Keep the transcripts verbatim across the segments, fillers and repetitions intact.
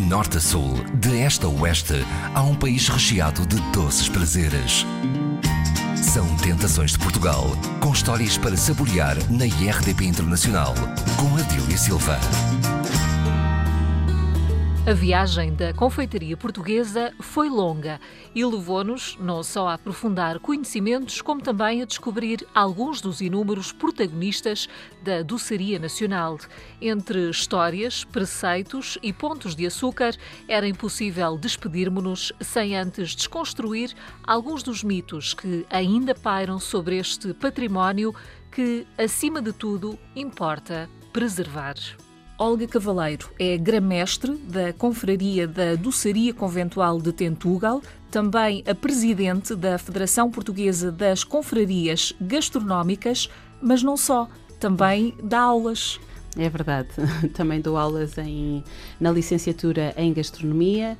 norte a sul, de este a oeste, há um país recheado de doces prazeres. São Tentações de Portugal, com histórias para saborear na I R D P Internacional, com Adília Silva. A viagem da confeitaria portuguesa foi longa e levou-nos não só a aprofundar conhecimentos, como também a descobrir alguns dos inúmeros protagonistas da doçaria nacional. Entre histórias, preceitos e pontos de açúcar, era impossível despedirmos-nos sem antes desconstruir alguns dos mitos que ainda pairam sobre este património que, acima de tudo, importa preservar. Olga Cavaleiro é gramestre da Confraria da Doçaria Conventual de Tentugal, também a presidente da Federação Portuguesa das Confrarias Gastronómicas, mas não só, também dá aulas. É verdade, também dou aulas em, na licenciatura em Gastronomia,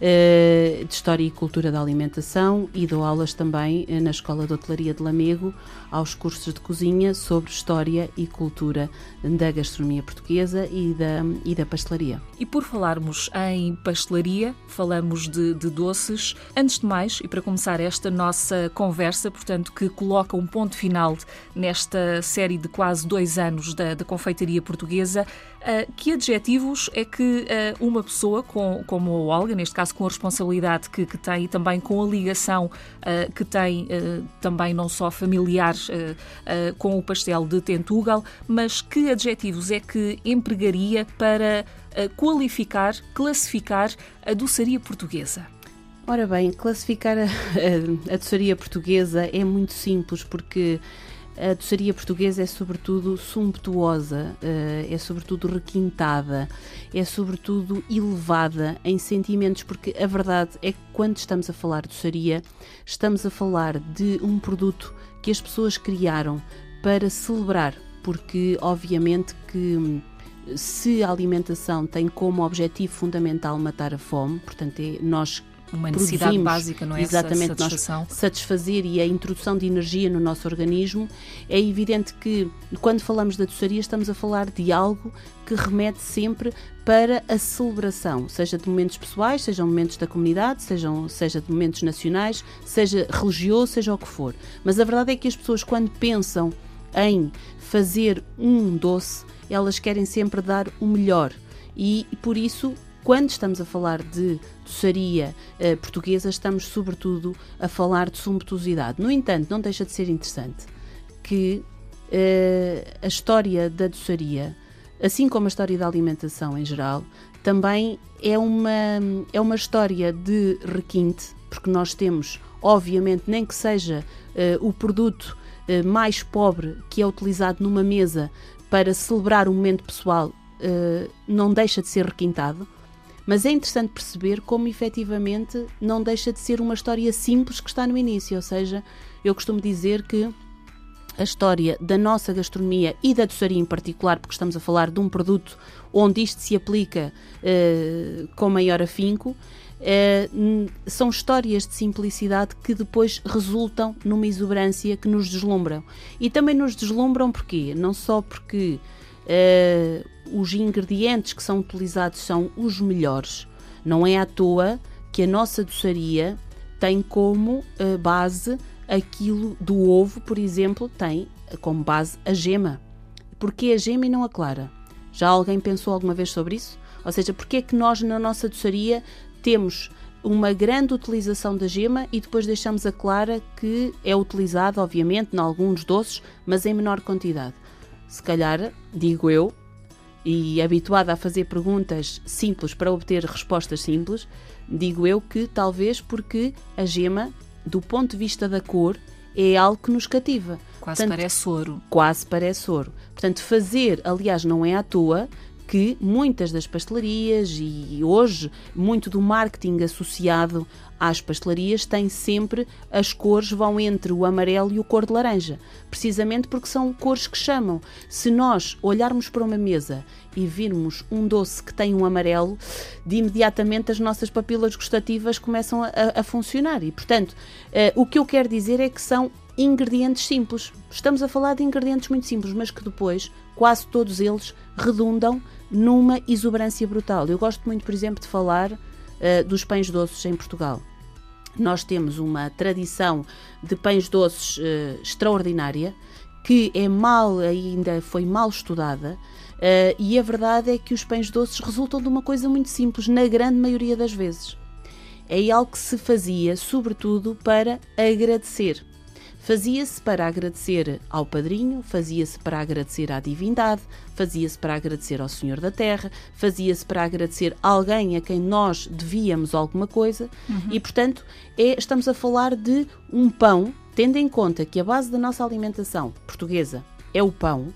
de História e Cultura da Alimentação, e dou aulas também na Escola de Hotelaria de Lamego aos cursos de cozinha sobre História e Cultura da Gastronomia Portuguesa e da, e da pastelaria. E por falarmos em pastelaria, falamos de, de doces. Antes de mais, e para começar esta nossa conversa, portanto, que coloca um ponto final nesta série de quase dois anos da, da confeitaria portuguesa, uh, que adjetivos é que uh, uma pessoa com, como a Olga, neste caso com a responsabilidade que, que tem e também com a ligação uh, que tem uh, também não só familiar uh, uh, com o pastel de Tentugal, mas que adjetivos é que empregaria para uh, qualificar, classificar a doçaria portuguesa? Ora bem, classificar a, a, a doçaria portuguesa é muito simples, porque a doçaria portuguesa é sobretudo sumptuosa, é sobretudo requintada, é sobretudo elevada em sentimentos, porque a verdade é que quando estamos a falar de doçaria, estamos a falar de um produto que as pessoas criaram para celebrar, porque obviamente que se a alimentação tem como objetivo fundamental matar a fome, portanto é nós uma necessidade básica, não é? Exatamente, essa satisfação. Nós satisfazer e a introdução de energia no nosso organismo. É evidente que quando falamos da doçaria estamos a falar de algo que remete sempre para a celebração, seja de momentos pessoais, sejam momentos da comunidade, sejam, seja de momentos nacionais, seja religioso, seja o que for. Mas a verdade é que as pessoas, quando pensam em fazer um doce, elas querem sempre dar o melhor e, e por isso, quando estamos a falar de doçaria eh, portuguesa, estamos sobretudo a falar de sumptuosidade. No entanto, não deixa de ser interessante que eh, a história da doçaria, assim como a história da alimentação em geral, também é uma, é uma história de requinte, porque nós temos, obviamente, nem que seja eh, o produto eh, mais pobre que é utilizado numa mesa para celebrar um momento pessoal, eh, não deixa de ser requintado. Mas é interessante perceber como, efetivamente, não deixa de ser uma história simples que está no início. Ou seja, eu costumo dizer que a história da nossa gastronomia e da doçaria em particular, porque estamos a falar de um produto onde isto se aplica uh, com maior afinco, uh, são histórias de simplicidade que depois resultam numa exuberância que nos deslumbram. E também nos deslumbram porquê? Não só porque Uh, os ingredientes que são utilizados são os melhores. Não é à toa que a nossa doçaria tem como uh, base aquilo do ovo, por exemplo, tem como base a gema. Porquê a gema e não a clara? Já alguém pensou alguma vez sobre isso? Ou seja, porquê é que nós na nossa doçaria temos uma grande utilização da gema e depois deixamos a clara, que é utilizada, obviamente, em alguns doces, mas em menor quantidade? Se calhar, digo eu, e habituada a fazer perguntas simples para obter respostas simples, digo eu que talvez porque a gema, do ponto de vista da cor, é algo que nos cativa. Quase Portanto, parece ouro. Quase parece ouro. Portanto, fazer, aliás, não é à toa que muitas das pastelarias e hoje muito do marketing associado às pastelarias tem sempre as cores, vão entre o amarelo e o cor de laranja, precisamente porque são cores que chamam. Se nós olharmos para uma mesa e virmos um doce que tem um amarelo, de imediatamente as nossas papilas gustativas começam a, a funcionar e, portanto, uh, o que eu quero dizer é que são ingredientes simples. Estamos a falar de ingredientes muito simples, mas que depois, quase todos eles redundam numa exuberância brutal. Eu gosto muito, por exemplo, de falar uh, dos pães doces em Portugal. Nós temos uma tradição de pães doces uh, extraordinária, que é mal, ainda foi mal estudada, uh, e a verdade é que os pães doces resultam de uma coisa muito simples, na grande maioria das vezes. É algo que se fazia, sobretudo, para agradecer. Fazia-se para agradecer ao padrinho, fazia-se para agradecer à divindade, fazia-se para agradecer ao Senhor da Terra, fazia-se para agradecer a alguém a quem nós devíamos alguma coisa, uhum. e, portanto, é, estamos a falar de um pão, tendo em conta que a base da nossa alimentação portuguesa é o pão,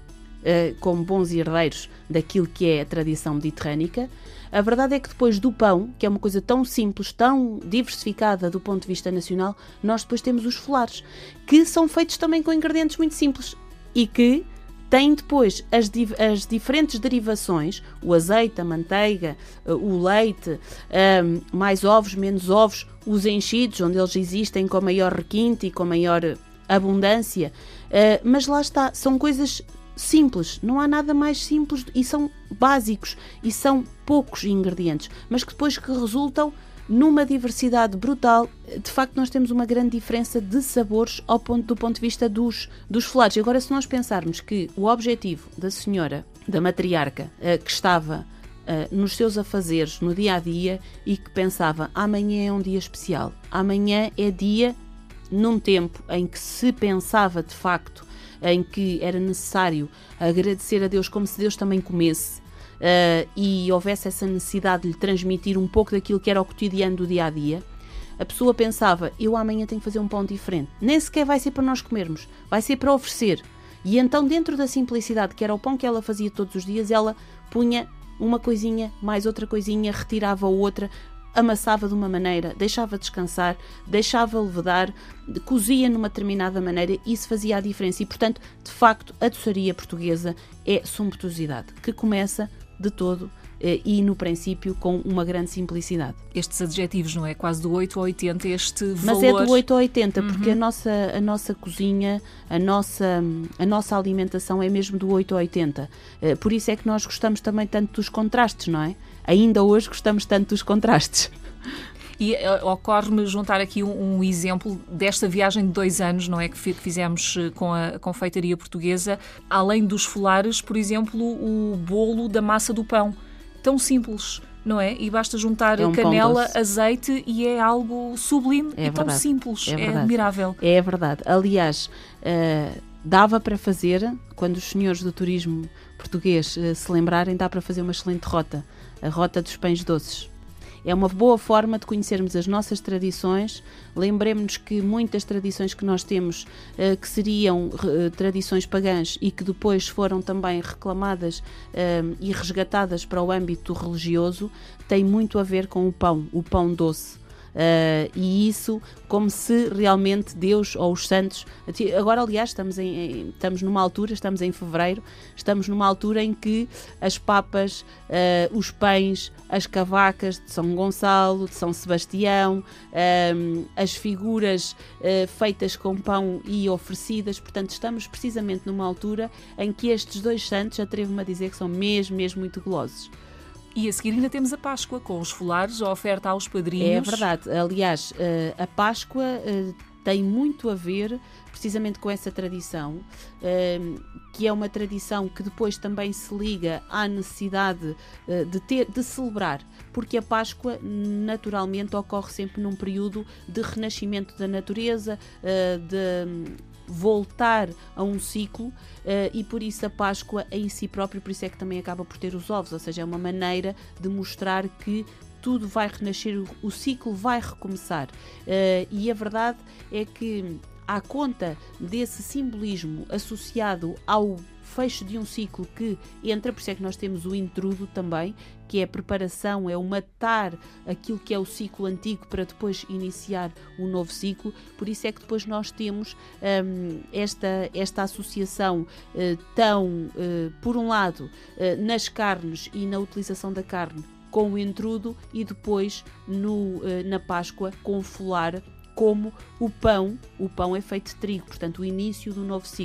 uh, como bons herdeiros daquilo que é a tradição mediterrânica. A verdade é que depois do pão, que é uma coisa tão simples, tão diversificada do ponto de vista nacional, nós depois temos os folares, que são feitos também com ingredientes muito simples e que têm depois as, as diferentes derivações, o azeite, a manteiga, o leite, um, mais ovos, menos ovos, os enchidos, onde eles existem com maior requinte e com maior abundância, uh, mas lá está, são coisas simples, não há nada mais simples e são básicos e são poucos ingredientes, mas que depois que resultam numa diversidade brutal. De facto, nós temos uma grande diferença de sabores ao ponto, do ponto de vista dos, dos folares. Agora, se nós pensarmos que o objetivo da senhora, da matriarca, que estava nos seus afazeres no dia-a-dia e que pensava, amanhã é um dia especial, amanhã é dia num tempo em que se pensava de facto em que era necessário agradecer a Deus como se Deus também comesse, uh, e houvesse essa necessidade de lhe transmitir um pouco daquilo que era o cotidiano do dia-a-dia, a pessoa pensava, eu amanhã tenho que fazer um pão diferente. Nem sequer vai ser para nós comermos, vai ser para oferecer. E então, dentro da simplicidade que era o pão que ela fazia todos os dias, ela punha uma coisinha, mais outra coisinha, retirava outra, amassava de uma maneira, deixava descansar, deixava levedar, cozia numa determinada maneira, e isso fazia a diferença. E, portanto, de facto, a doçaria portuguesa é sumptuosidade, que começa de todo eh, e, no princípio, com uma grande simplicidade. Estes adjetivos, não é? Quase do oito ao oitenta, este valor... Mas é do oito ao oitenta, porque uhum. a, nossa, a nossa cozinha, a nossa, a nossa alimentação é mesmo do oito ao oitenta. Eh, por isso é que nós gostamos também tanto dos contrastes, não é? Ainda hoje gostamos tanto dos contrastes. E uh, ocorre-me juntar aqui um, um exemplo desta viagem de dois anos, não é, que fizemos com a confeitaria portuguesa. Além dos folares, por exemplo, o bolo da massa do pão. Tão simples, não é? E basta juntar é um canela, azeite e é algo sublime é e verdade. Tão simples. É, é admirável. É verdade. Aliás, uh, dava para fazer, quando os senhores do turismo português uh, se lembrarem, dá para fazer uma excelente rota. A rota dos pães doces. É uma boa forma de conhecermos as nossas tradições. Lembremos-nos que muitas tradições que nós temos, uh, que seriam uh, tradições pagãs e que depois foram também reclamadas uh, e resgatadas para o âmbito religioso, têm muito a ver com o pão, o pão doce. Uh, e isso como se realmente Deus ou os santos... Agora, aliás, estamos, em, em, estamos numa altura, estamos em fevereiro, estamos numa altura em que as papas, uh, os pães, as cavacas de São Gonçalo, de São Sebastião, uh, as figuras uh, feitas com pão e oferecidas, portanto estamos precisamente numa altura em que estes dois santos, atrevo-me a dizer que são mesmo, mesmo muito golosos. E a seguir ainda temos a Páscoa, com os folares, a oferta aos padrinhos. É verdade. Aliás, a Páscoa tem muito a ver precisamente com essa tradição, que é uma tradição que depois também se liga à necessidade de, ter, de celebrar, porque a Páscoa naturalmente ocorre sempre num período de renascimento da natureza, de voltar a um ciclo, uh, e por isso a Páscoa em si próprio, por isso é que também acaba por ter os ovos, ou seja, é uma maneira de mostrar que tudo vai renascer, o, o ciclo vai recomeçar. Uh, e a verdade é que, à conta desse simbolismo associado ao fecho de um ciclo que entra, por isso é que nós temos o intrudo também, que é a preparação, é o matar aquilo que é o ciclo antigo para depois iniciar o novo ciclo. Por isso é que depois nós temos hum, esta, esta associação uh, tão, uh, por um lado, uh, nas carnes e na utilização da carne com o intrudo, e depois no, uh, na Páscoa com o folar, como o pão. O pão é feito de trigo, portanto o início do novo ciclo.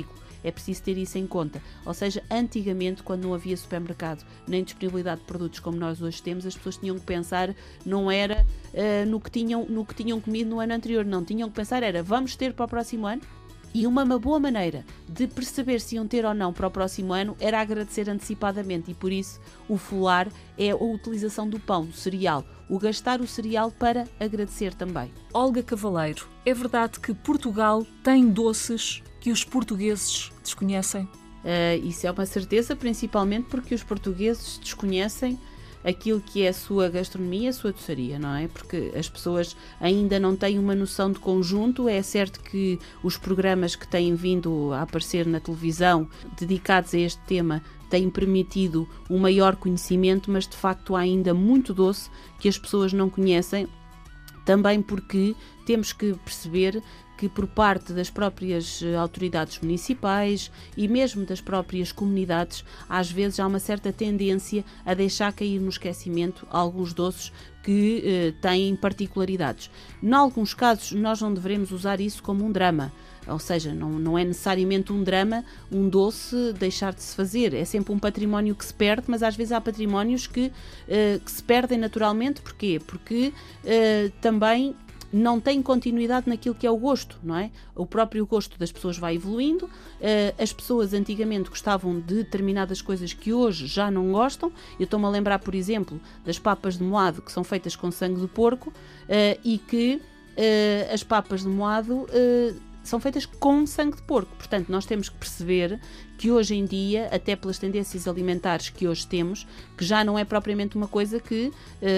É preciso ter isso em conta. Ou seja, antigamente, quando não havia supermercado nem disponibilidade de produtos como nós hoje temos, as pessoas tinham que pensar, não era uh, no, que tinham, no que tinham comido no ano anterior, não, tinham que pensar era, vamos ter para o próximo ano? E uma, uma boa maneira de perceber se iam ter ou não para o próximo ano era agradecer antecipadamente, e por isso o folar é a utilização do pão, do cereal, o gastar o cereal para agradecer também. Olga Cavaleiro, é verdade que Portugal tem doces que os portugueses desconhecem? Uh, isso é uma certeza, principalmente porque os portugueses desconhecem aquilo que é a sua gastronomia, a sua doçaria, não é? Porque as pessoas ainda não têm uma noção de conjunto. É certo que os programas que têm vindo a aparecer na televisão dedicados a este tema têm permitido um maior conhecimento, mas de facto há ainda muito doce que as pessoas não conhecem, também porque temos que perceber que por parte das próprias autoridades municipais e mesmo das próprias comunidades, às vezes há uma certa tendência a deixar cair no esquecimento alguns doces que eh, têm particularidades. Em alguns casos, nós não devemos usar isso como um drama. Ou seja, não, não é necessariamente um drama um doce deixar de se fazer. É sempre um património que se perde, mas às vezes há patrimónios que, uh, que se perdem naturalmente. Porquê? Porque uh, também não tem continuidade naquilo que é o gosto, não é? O próprio gosto das pessoas vai evoluindo. Uh, as pessoas antigamente gostavam de determinadas coisas que hoje já não gostam. Eu estou-me a lembrar, por exemplo, das papas de moado que são feitas com sangue de porco uh, e que uh, as papas de moado uh, são feitas com sangue de porco. Portanto, nós temos que perceber que hoje em dia, até pelas tendências alimentares que hoje temos, que já não é propriamente uma coisa que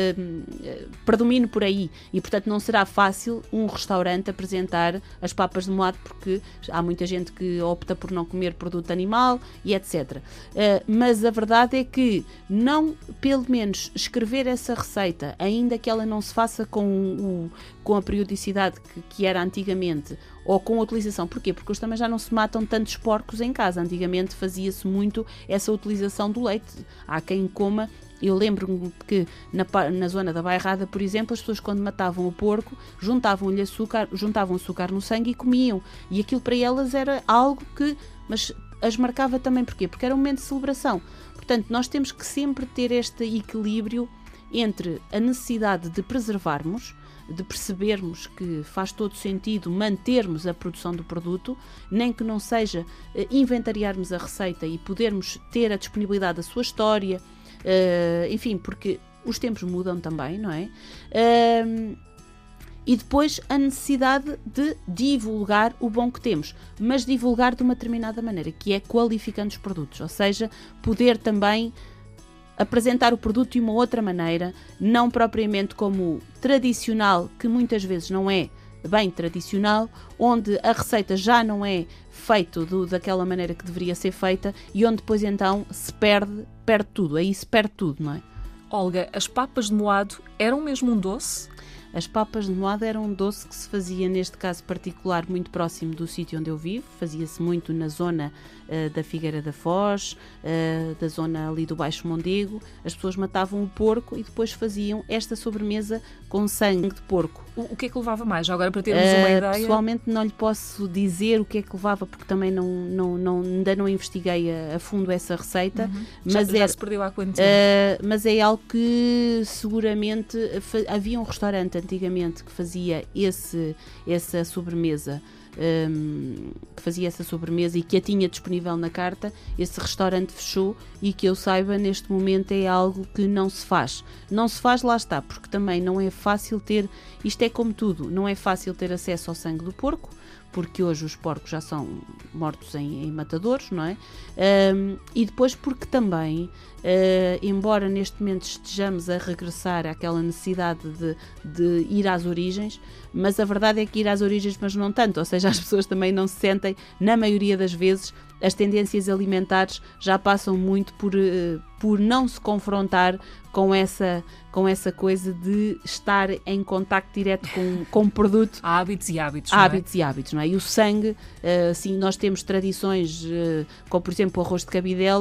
uh, predomine por aí. E, portanto, não será fácil um restaurante apresentar as papas de moado, porque há muita gente que opta por não comer produto animal e etcétera. Uh, mas a verdade é que não, pelo menos, escrever essa receita, ainda que ela não se faça com, o, com a periodicidade que, que era antigamente, ou com a utilização. Porquê? Porque hoje também já não se matam tantos porcos em casa. Antigamente fazia-se muito essa utilização do leite. Há quem coma. Eu lembro-me que na, na zona da Bairrada, por exemplo, as pessoas quando matavam o porco juntavam-lhe açúcar, juntavam açúcar no sangue e comiam. E aquilo para elas era algo que mas as marcava também. Porquê? Porque era um momento de celebração. Portanto, nós temos que sempre ter este equilíbrio entre a necessidade de preservarmos, de percebermos que faz todo sentido mantermos a produção do produto, nem que não seja uh, inventariarmos a receita e podermos ter a disponibilidade da sua história, uh, enfim, porque os tempos mudam também, não é? Uh, e depois a necessidade de divulgar o bom que temos, mas divulgar de uma determinada maneira, que é qualificando os produtos, ou seja, poder também apresentar o produto de uma outra maneira, não propriamente como tradicional, que muitas vezes não é bem tradicional, onde a receita já não é feita do, daquela maneira que deveria ser feita e onde depois então se perde, perde tudo, aí se perde tudo, não é? Olga, as papas de moado eram mesmo um doce? As papas de moado eram um doce que se fazia, neste caso particular, muito próximo do sítio onde eu vivo. Fazia-se muito na zona uh, da Figueira da Foz, uh, da zona ali do Baixo Mondego. As pessoas matavam o porco e depois faziam esta sobremesa com sangue de porco. O, o que é que levava mais? Já agora para termos uh, uma ideia. Pessoalmente não lhe posso dizer o que é que levava, porque também não, não, não, ainda não investiguei a, a fundo essa receita. Uhum. Mas, já, é, já se perdeu há quanto tempo? Uh, mas é algo que seguramente havia um restaurante antigamente que fazia esse, essa sobremesa, um, que fazia essa sobremesa e que a tinha disponível na carta. Esse restaurante fechou e que eu saiba neste momento é algo que não se faz. Não se faz, lá está, porque também não é fácil ter, isto é como tudo, não é fácil ter acesso ao sangue do porco, porque hoje os porcos já são mortos em, em matadouros, não é? Um, e depois porque também, uh, embora neste momento estejamos a regressar àquela necessidade de, de ir às origens, mas a verdade é que ir às origens, mas não tanto, ou seja, as pessoas também não se sentem, na maioria das vezes, as tendências alimentares já passam muito por, uh, por não se confrontar com essa, com essa coisa de estar em contacto direto com, com o produto. Há hábitos e hábitos, Hábitos não é? e hábitos, não é? E o sangue, uh, sim, nós temos tradições, uh, como por exemplo o arroz de cabidela,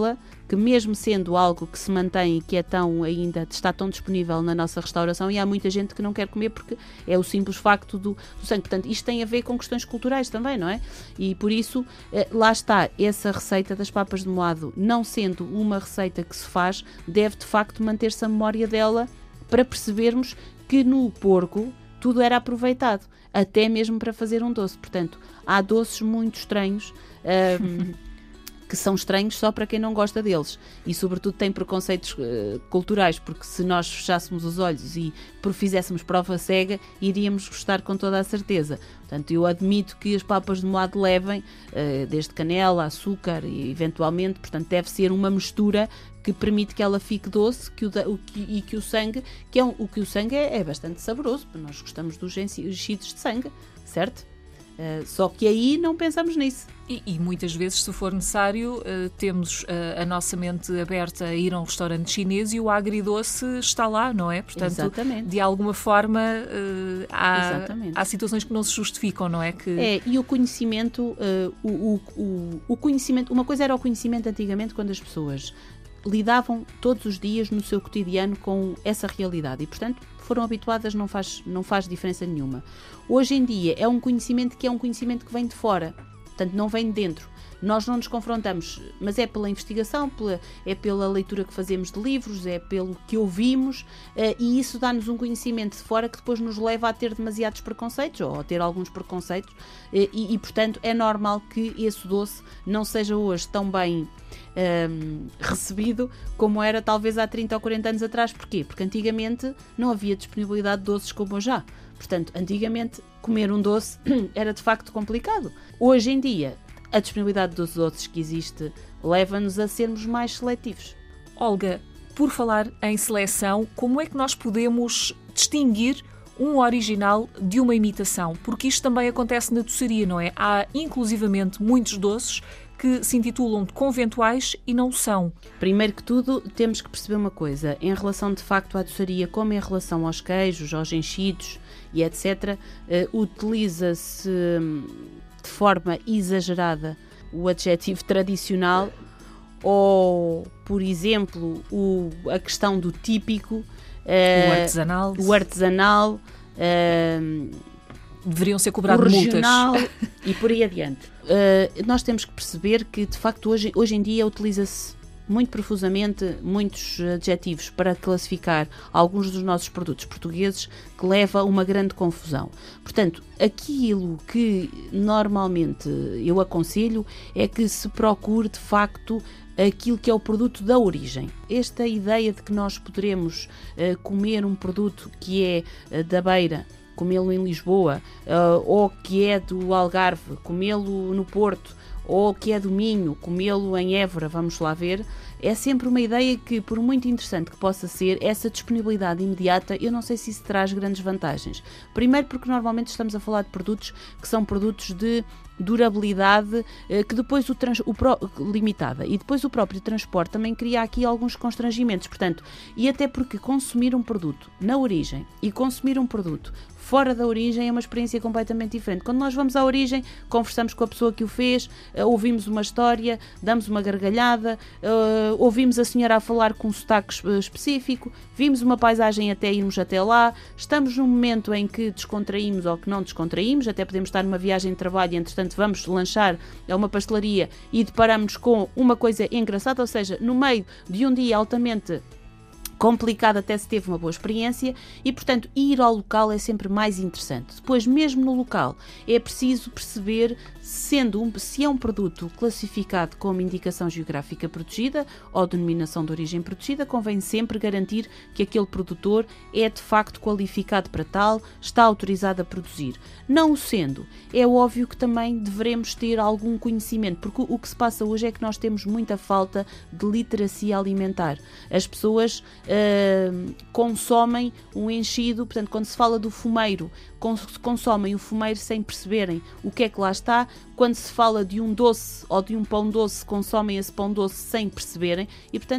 que mesmo sendo algo que se mantém e que é tão ainda, está tão disponível na nossa restauração, e há muita gente que não quer comer porque é o simples facto do, do sangue. Portanto, isto tem a ver com questões culturais também, não é? E por isso, eh, lá está, essa receita das papas de moado, não sendo uma receita que se faz, deve de facto manter-se a memória dela para percebermos que no porco tudo era aproveitado, até mesmo para fazer um doce. Portanto, há doces muito estranhos, um, que são estranhos só para quem não gosta deles, e sobretudo têm preconceitos uh, culturais, porque se nós fechássemos os olhos e fizéssemos prova cega, iríamos gostar com toda a certeza. Portanto, eu admito que as papas de moado levem uh, desde canela, açúcar e eventualmente, portanto, deve ser uma mistura que permite que ela fique doce, que o, o, que, e que o sangue, que é um, o que o sangue é, é bastante saboroso, porque nós gostamos dos enchidos de sangue, certo? Uh, só que aí não pensamos nisso. E, e muitas vezes, se for necessário, uh, temos uh, a nossa mente aberta a ir a um restaurante chinês e o agridoce está lá, não é? Portanto, exatamente, de alguma forma, uh, há, há situações que não se justificam, não é? Que... É, e o conhecimento, uh, o, o, o, o conhecimento, uma coisa era o conhecimento antigamente, quando as pessoas lidavam todos os dias no seu cotidiano com essa realidade e, portanto, foram habituadas, não faz, não faz diferença nenhuma. Hoje em dia é um conhecimento que é um conhecimento que vem de fora, portanto não vem de dentro. Nós não nos confrontamos, mas é pela investigação, pela, é pela leitura que fazemos de livros, é pelo que ouvimos, uh, e isso dá-nos um conhecimento de fora que depois nos leva a ter demasiados preconceitos, ou a ter alguns preconceitos, uh, e, e portanto é normal que esse doce não seja hoje tão bem Um, recebido como era talvez há trinta ou quarenta anos atrás. Porquê? Porque antigamente não havia disponibilidade de doces como hoje há. Portanto, antigamente comer um doce era de facto complicado. Hoje em dia, a disponibilidade dos doces que existe leva-nos a sermos mais seletivos. Olga, por falar em seleção, como é que nós podemos distinguir um original de uma imitação? Porque isto também acontece na doçaria, não é? Há inclusivamente muitos doces que se intitulam de conventuais e não são. Primeiro que tudo, temos que perceber uma coisa. Em relação, de facto, à doçaria, como em relação aos queijos, aos enchidos e etcétera, uh, utiliza-se de forma exagerada o adjetivo tradicional ou, por exemplo, o, a questão do típico, uh, o artesanal. O artesanal uh, deveriam ser cobrados multas. E por aí adiante. Uh, nós temos que perceber que, de facto, hoje, hoje em dia utiliza-se muito profusamente muitos adjetivos para classificar alguns dos nossos produtos portugueses, que leva a uma grande confusão. Portanto, aquilo que normalmente eu aconselho é que se procure, de facto, aquilo que é o produto da origem. Esta ideia de que nós poderemos uh, comer um produto que é uh, da Beira, comê-lo em Lisboa, uh, ou que é do Algarve, comê-lo no Porto, ou que é do Minho, comê-lo em Évora, vamos lá ver, é sempre uma ideia que, por muito interessante que possa ser, essa disponibilidade imediata, eu não sei se isso traz grandes vantagens. Primeiro porque normalmente estamos a falar de produtos que são produtos de durabilidade, que depois o, trans, o pro, limitada, e depois o próprio transporte também cria aqui alguns constrangimentos, portanto, e até porque consumir um produto na origem e consumir um produto fora da origem é uma experiência completamente diferente. Quando nós vamos à origem, conversamos com a pessoa que o fez, ouvimos uma história, damos uma gargalhada, uh, ouvimos a senhora a falar com um sotaque específico, vimos uma paisagem até irmos até lá, estamos num momento em que descontraímos ou que não descontraímos, até podemos estar numa viagem de trabalho e entretanto vamos lanchar a uma pastelaria e deparamos com uma coisa engraçada, ou seja, no meio de um dia altamente complicado, até se teve uma boa experiência e, portanto, ir ao local é sempre mais interessante. Depois, mesmo no local, é preciso perceber sendo um, se é um produto classificado como indicação geográfica protegida ou denominação de origem protegida, convém sempre garantir que aquele produtor é de facto qualificado para tal, está autorizado a produzir. Não o sendo, é óbvio que também devemos ter algum conhecimento, porque o que se passa hoje é que nós temos muita falta de literacia alimentar. As pessoas uh, consomem um enchido, portanto, quando se fala do fumeiro, cons- consomem o fumeiro sem perceberem o que é que lá está. Quando se fala de um doce ou de um pão doce, consomem esse pão doce sem perceberem e, portanto,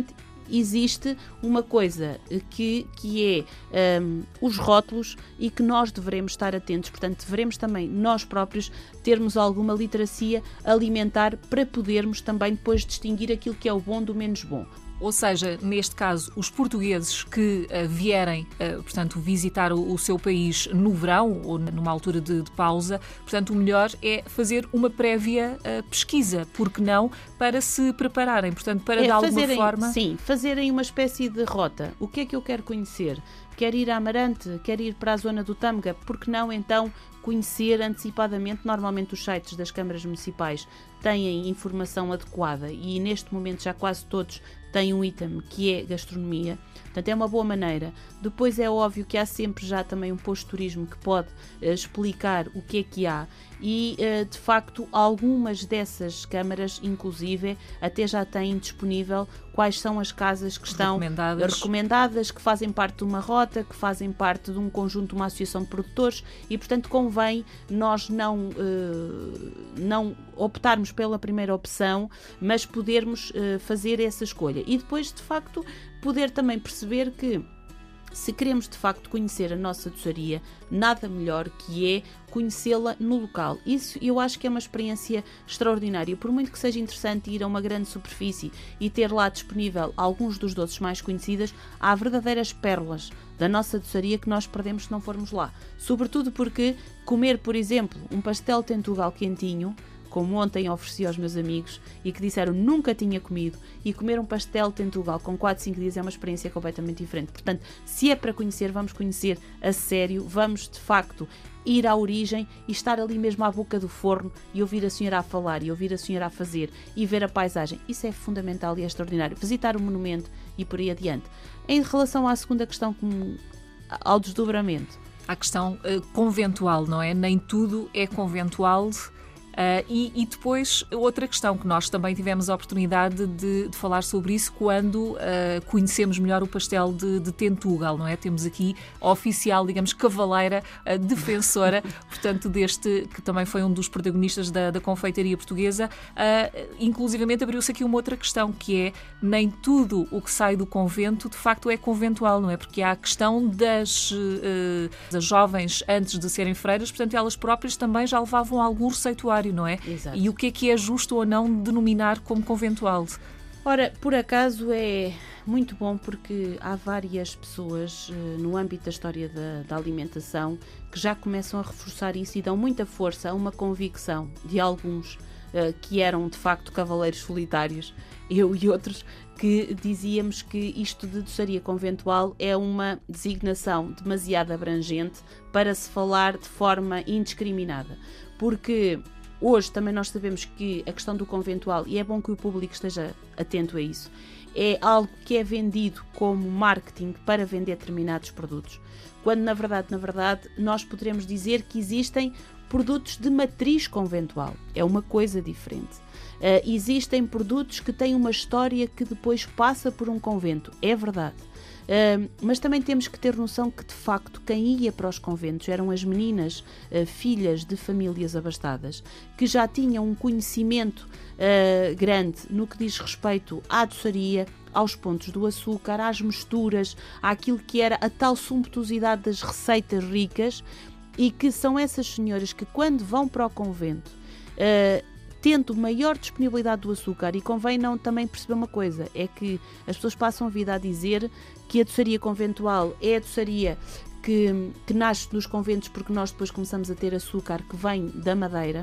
existe uma coisa que, que é um, os rótulos e que nós devemos estar atentos. Portanto, devemos também nós próprios termos alguma literacia alimentar para podermos também depois distinguir aquilo que é o bom do menos bom. Ou seja, neste caso, os portugueses que uh, vierem, uh, portanto, visitar o, o seu país no verão ou numa altura de, de pausa, portanto, o melhor é fazer uma prévia uh, pesquisa, porque não, para se prepararem, portanto, para é de alguma fazerem, forma... Sim, fazerem uma espécie de rota. O que é que eu quero conhecer? Quero ir a Amarante? Quero ir para a zona do Tâmega? Por que não, então, conhecer antecipadamente? Normalmente os sites das câmaras municipais têm informação adequada e neste momento já quase todos têm um item que é gastronomia, portanto é uma boa maneira. Depois é óbvio que há sempre já também um posto de turismo que pode uh, explicar o que é que há e uh, de facto algumas dessas câmaras inclusive até já têm disponível quais são as casas que estão recomendadas. recomendadas, que fazem parte de uma rota, que fazem parte de um conjunto, de uma associação de produtores e portanto convém nós não, uh, não optarmos pela primeira opção, mas podermos uh, fazer essa escolha. E depois, de facto, poder também perceber que se queremos de facto conhecer a nossa doçaria, nada melhor que é conhecê-la no local. Isso eu acho que é uma experiência extraordinária. Por muito que seja interessante ir a uma grande superfície e ter lá disponível alguns dos doces mais conhecidos, há verdadeiras pérolas da nossa doçaria que nós perdemos se não formos lá. Sobretudo porque comer, por exemplo, um pastel tentugal quentinho, como ontem ofereci aos meus amigos e que disseram nunca tinha comido, e comer um pastel tentugal com quatro, cinco dias é uma experiência completamente diferente. Portanto, se é para conhecer, vamos conhecer a sério, vamos de facto ir à origem e estar ali mesmo à boca do forno e ouvir a senhora a falar e ouvir a senhora a fazer e ver a paisagem. Isso é fundamental e é extraordinário. Visitar o monumento e por aí adiante. Em relação à segunda questão, como ao desdobramento. A questão uh, conventual, não é? Nem tudo é conventual. Uh, e, e depois, outra questão que nós também tivemos a oportunidade de, de falar sobre isso quando uh, conhecemos melhor o pastel de, de Tentugal, não é? Temos aqui a oficial, digamos, cavaleira, uh, defensora, portanto, deste, que também foi um dos protagonistas da, da confeitaria portuguesa. Uh, inclusivamente abriu-se aqui uma outra questão, que é nem tudo o que sai do convento, de facto, é conventual, não é? Porque há a questão das, uh, das jovens antes de serem freiras, portanto, elas próprias também já levavam algum receituário, não é? Exato. E o que é que é justo ou não denominar como conventual? Ora, por acaso é muito bom porque há várias pessoas uh, no âmbito da história da, da alimentação que já começam a reforçar isso e dão muita força a uma convicção de alguns uh, que eram de facto cavaleiros solitários, eu e outros, que dizíamos que isto de doçaria conventual é uma designação demasiado abrangente para se falar de forma indiscriminada, porque hoje também nós sabemos que a questão do conventual, e é bom que o público esteja atento a isso, é algo que é vendido como marketing para vender determinados produtos, quando na verdade, na verdade, nós poderemos dizer que existem produtos de matriz conventual. É uma coisa diferente. Uh, existem produtos que têm uma história que depois passa por um convento. É verdade. Uh, mas também temos que ter noção que, de facto, quem ia para os conventos eram as meninas, uh, filhas de famílias abastadas, que já tinham um conhecimento uh, grande no que diz respeito à doçaria, aos pontos do açúcar, às misturas, àquilo que era a tal sumptuosidade das receitas ricas, e que são essas senhoras que, quando vão para o convento, uh, tendo maior disponibilidade do açúcar, e convém não também perceber uma coisa, é que as pessoas passam a vida a dizer que a doçaria conventual é a doçaria que, que nasce nos conventos porque nós depois começamos a ter açúcar que vem da Madeira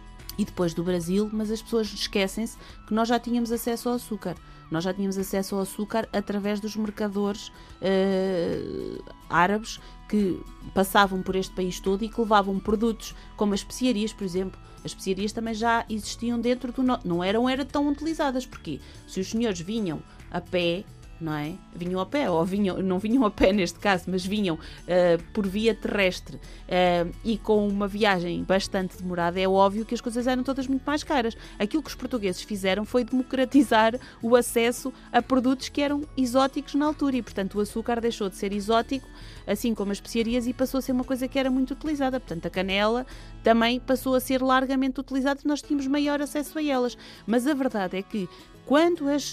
e depois do Brasil, mas as pessoas esquecem-se que nós já tínhamos acesso ao açúcar. Nós já tínhamos acesso ao açúcar através dos mercadores uh, árabes que passavam por este país todo e que levavam produtos como as especiarias, por exemplo. As especiarias também já existiam dentro do... No... Não eram era tão utilizadas, porque se os senhores vinham a pé, não é? Vinham a pé, ou vinham, não vinham a pé neste caso, mas vinham uh, por via terrestre uh, e com uma viagem bastante demorada, é óbvio que as coisas eram todas muito mais caras. Aquilo que os portugueses fizeram foi democratizar o acesso a produtos que eram exóticos na altura e, portanto, o açúcar deixou de ser exótico, assim como as especiarias, e passou a ser uma coisa que era muito utilizada. Portanto, a canela também passou a ser largamente utilizada e nós tínhamos maior acesso a elas. Mas a verdade é que quando as,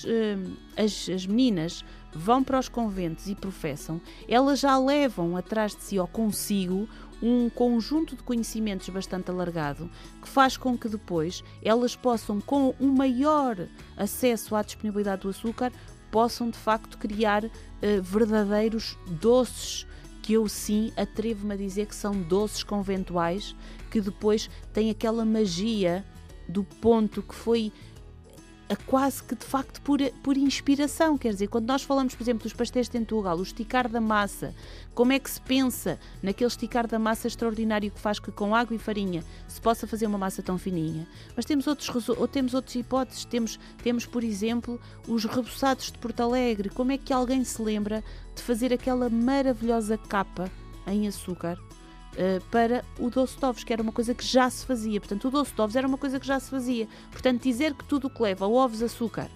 as, as meninas vão para os conventos e professam, elas já levam atrás de si ou consigo um conjunto de conhecimentos bastante alargado, que faz com que depois elas possam, com um maior acesso à disponibilidade do açúcar, possam de facto criar uh, verdadeiros doces, que eu sim atrevo-me a dizer que são doces conventuais, que depois têm aquela magia do ponto que foi a quase que de facto por, por inspiração. Quer dizer, quando nós falamos, por exemplo, dos pastéis de Tentugal, o esticar da massa, como é que se pensa naquele esticar da massa extraordinário que faz que com água e farinha se possa fazer uma massa tão fininha? Mas temos outros, ou temos outras hipóteses, temos, temos, por exemplo, os reboçados de Porto Alegre. Como é que alguém se lembra de fazer aquela maravilhosa capa em açúcar Uh, para o doce de ovos, que era uma coisa que já se fazia. Portanto, o doce de ovos era uma coisa que já se fazia. Portanto, dizer que tudo o que leva ovos, açúcar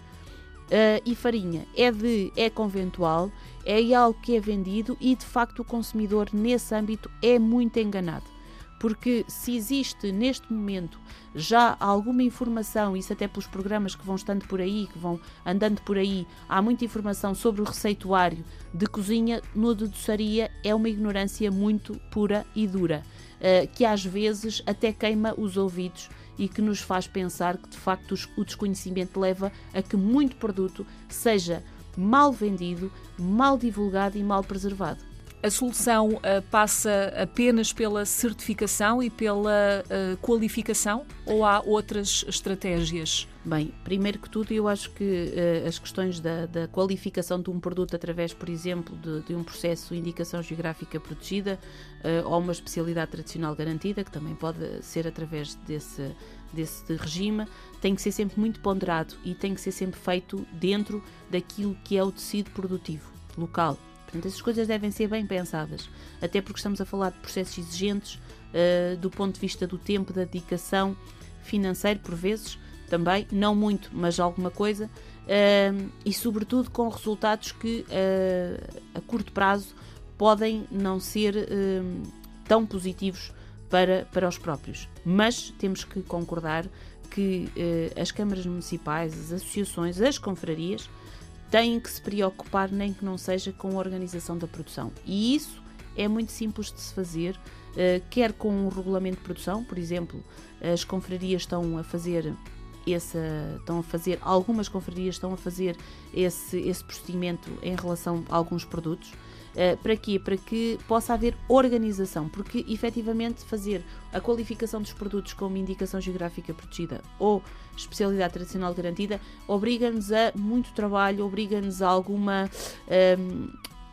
uh, e farinha é, de, é conventual, é algo que é vendido e, de facto, o consumidor, nesse âmbito, é muito enganado. Porque se existe, neste momento, já alguma informação, isso até pelos programas que vão estando por aí, que vão andando por aí, há muita informação sobre o receituário de cozinha, no de doçaria é uma ignorância muito pura e dura, uh, que às vezes até queima os ouvidos e que nos faz pensar que, de facto, o desconhecimento leva a que muito produto seja mal vendido, mal divulgado e mal preservado. A solução uh, passa apenas pela certificação e pela uh, qualificação ou há outras estratégias? Bem, primeiro que tudo, eu acho que uh, as questões da, da qualificação de um produto através, por exemplo, de, de um processo de indicação geográfica protegida uh, ou uma especialidade tradicional garantida, que também pode ser através desse, desse regime, tem que ser sempre muito ponderado e tem que ser sempre feito dentro daquilo que é o tecido produtivo local. Portanto, essas coisas devem ser bem pensadas, até porque estamos a falar de processos exigentes uh, do ponto de vista do tempo, da dedicação, financeiro por vezes, também, não muito, mas alguma coisa, uh, e sobretudo com resultados que uh, a curto prazo podem não ser uh, tão positivos para, para os próprios. Mas temos que concordar que uh, as câmaras municipais, as associações, as confrarias, têm que se preocupar, nem que não seja, com a organização da produção. E isso é muito simples de se fazer, uh, quer com um regulamento de produção, por exemplo, as confrarias estão a fazer esse, estão a fazer, algumas confrarias estão a fazer esse, esse procedimento em relação a alguns produtos. Uh, para quê? Para que possa haver organização, porque efetivamente fazer a qualificação dos produtos como indicação geográfica protegida ou especialidade tradicional garantida obriga-nos a muito trabalho, obriga-nos a alguma um,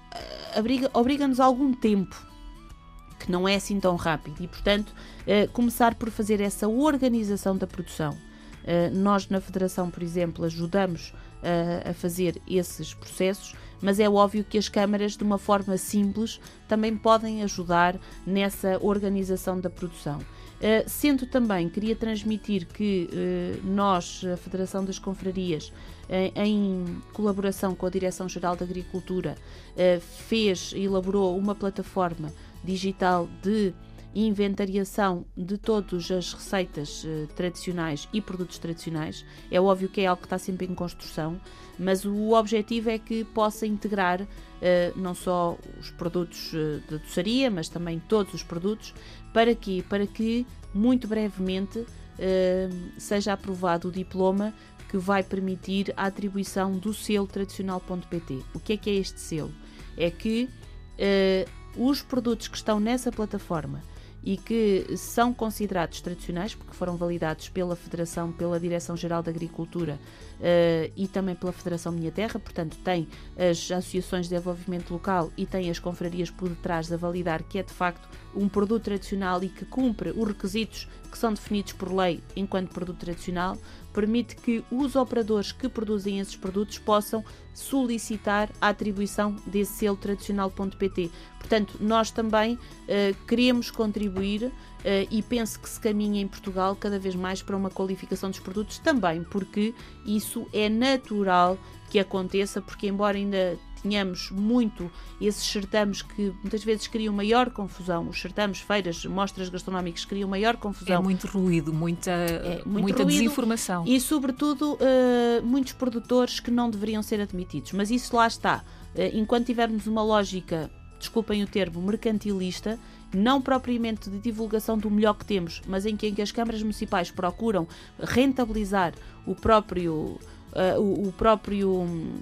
obriga, obriga-nos a algum tempo que não é assim tão rápido e, portanto, uh, começar por fazer essa organização da produção. Uh, nós na Federação, por exemplo, ajudamos uh, a fazer esses processos, mas é óbvio que as câmaras, de uma forma simples, também podem ajudar nessa organização da produção. Uh, sendo também, queria transmitir que uh, nós, a Federação das Confrarias, uh, em colaboração com a Direção-Geral da Agricultura, uh, fez, elaborou uma plataforma digital de inventariação de todas as receitas uh, tradicionais e produtos tradicionais. É óbvio que é algo que está sempre em construção, mas o objetivo é que possa integrar uh, não só os produtos uh, da doçaria, mas também todos os produtos. Para quê? Para que muito brevemente uh, seja aprovado o diploma que vai permitir a atribuição do selo tradicional ponto pt. O que é que é este selo? É que uh, os produtos que estão nessa plataforma e que são considerados tradicionais, porque foram validados pela Federação, pela Direção-Geral da Agricultura uh, e também pela Federação Minha Terra, portanto tem as associações de desenvolvimento local e tem as confrarias por detrás a validar que é de facto um produto tradicional e que cumpre os requisitos que são definidos por lei enquanto produto tradicional, permite que os operadores que produzem esses produtos possam solicitar a atribuição desse selo tradicional ponto pt. Portanto, nós também uh, queremos contribuir uh, e penso que se caminha em Portugal cada vez mais para uma qualificação dos produtos também, porque isso é natural que aconteça, porque embora ainda tínhamos muito esses certames que muitas vezes criam maior confusão, os certames, feiras, mostras gastronómicas criam maior confusão. É muito ruído, muita, é muito muita ruído, desinformação. E, sobretudo, uh, muitos produtores que não deveriam ser admitidos. Mas isso lá está. Uh, enquanto tivermos uma lógica, desculpem o termo, mercantilista, não propriamente de divulgação do melhor que temos, mas em que, em que as câmaras municipais procuram rentabilizar o próprio, uh, o, o próprio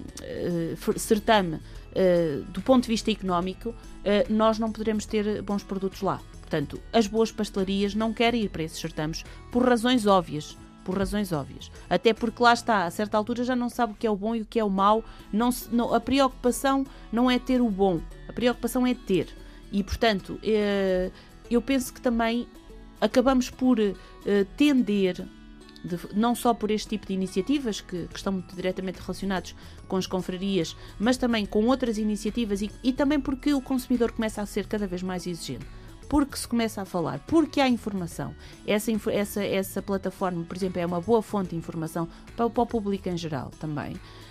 uh, certame uh, do ponto de vista económico, uh, nós não poderemos ter bons produtos lá. Portanto, as boas pastelarias não querem ir para esses certames por razões óbvias. Por razões óbvias. Até porque lá está, a certa altura já não sabe o que é o bom e o que é o mau. Não se, não, a preocupação não é ter o bom, a preocupação é ter. E, portanto, eh, eu penso que também acabamos por eh, tender, de, não só por este tipo de iniciativas, que, que estão muito diretamente relacionados com as confrarias, mas também com outras iniciativas e, e também porque o consumidor começa a ser cada vez mais exigente. Porque se começa a falar, porque há informação. Essa, essa, essa plataforma, por exemplo, é uma boa fonte de informação para, para o público em geral também.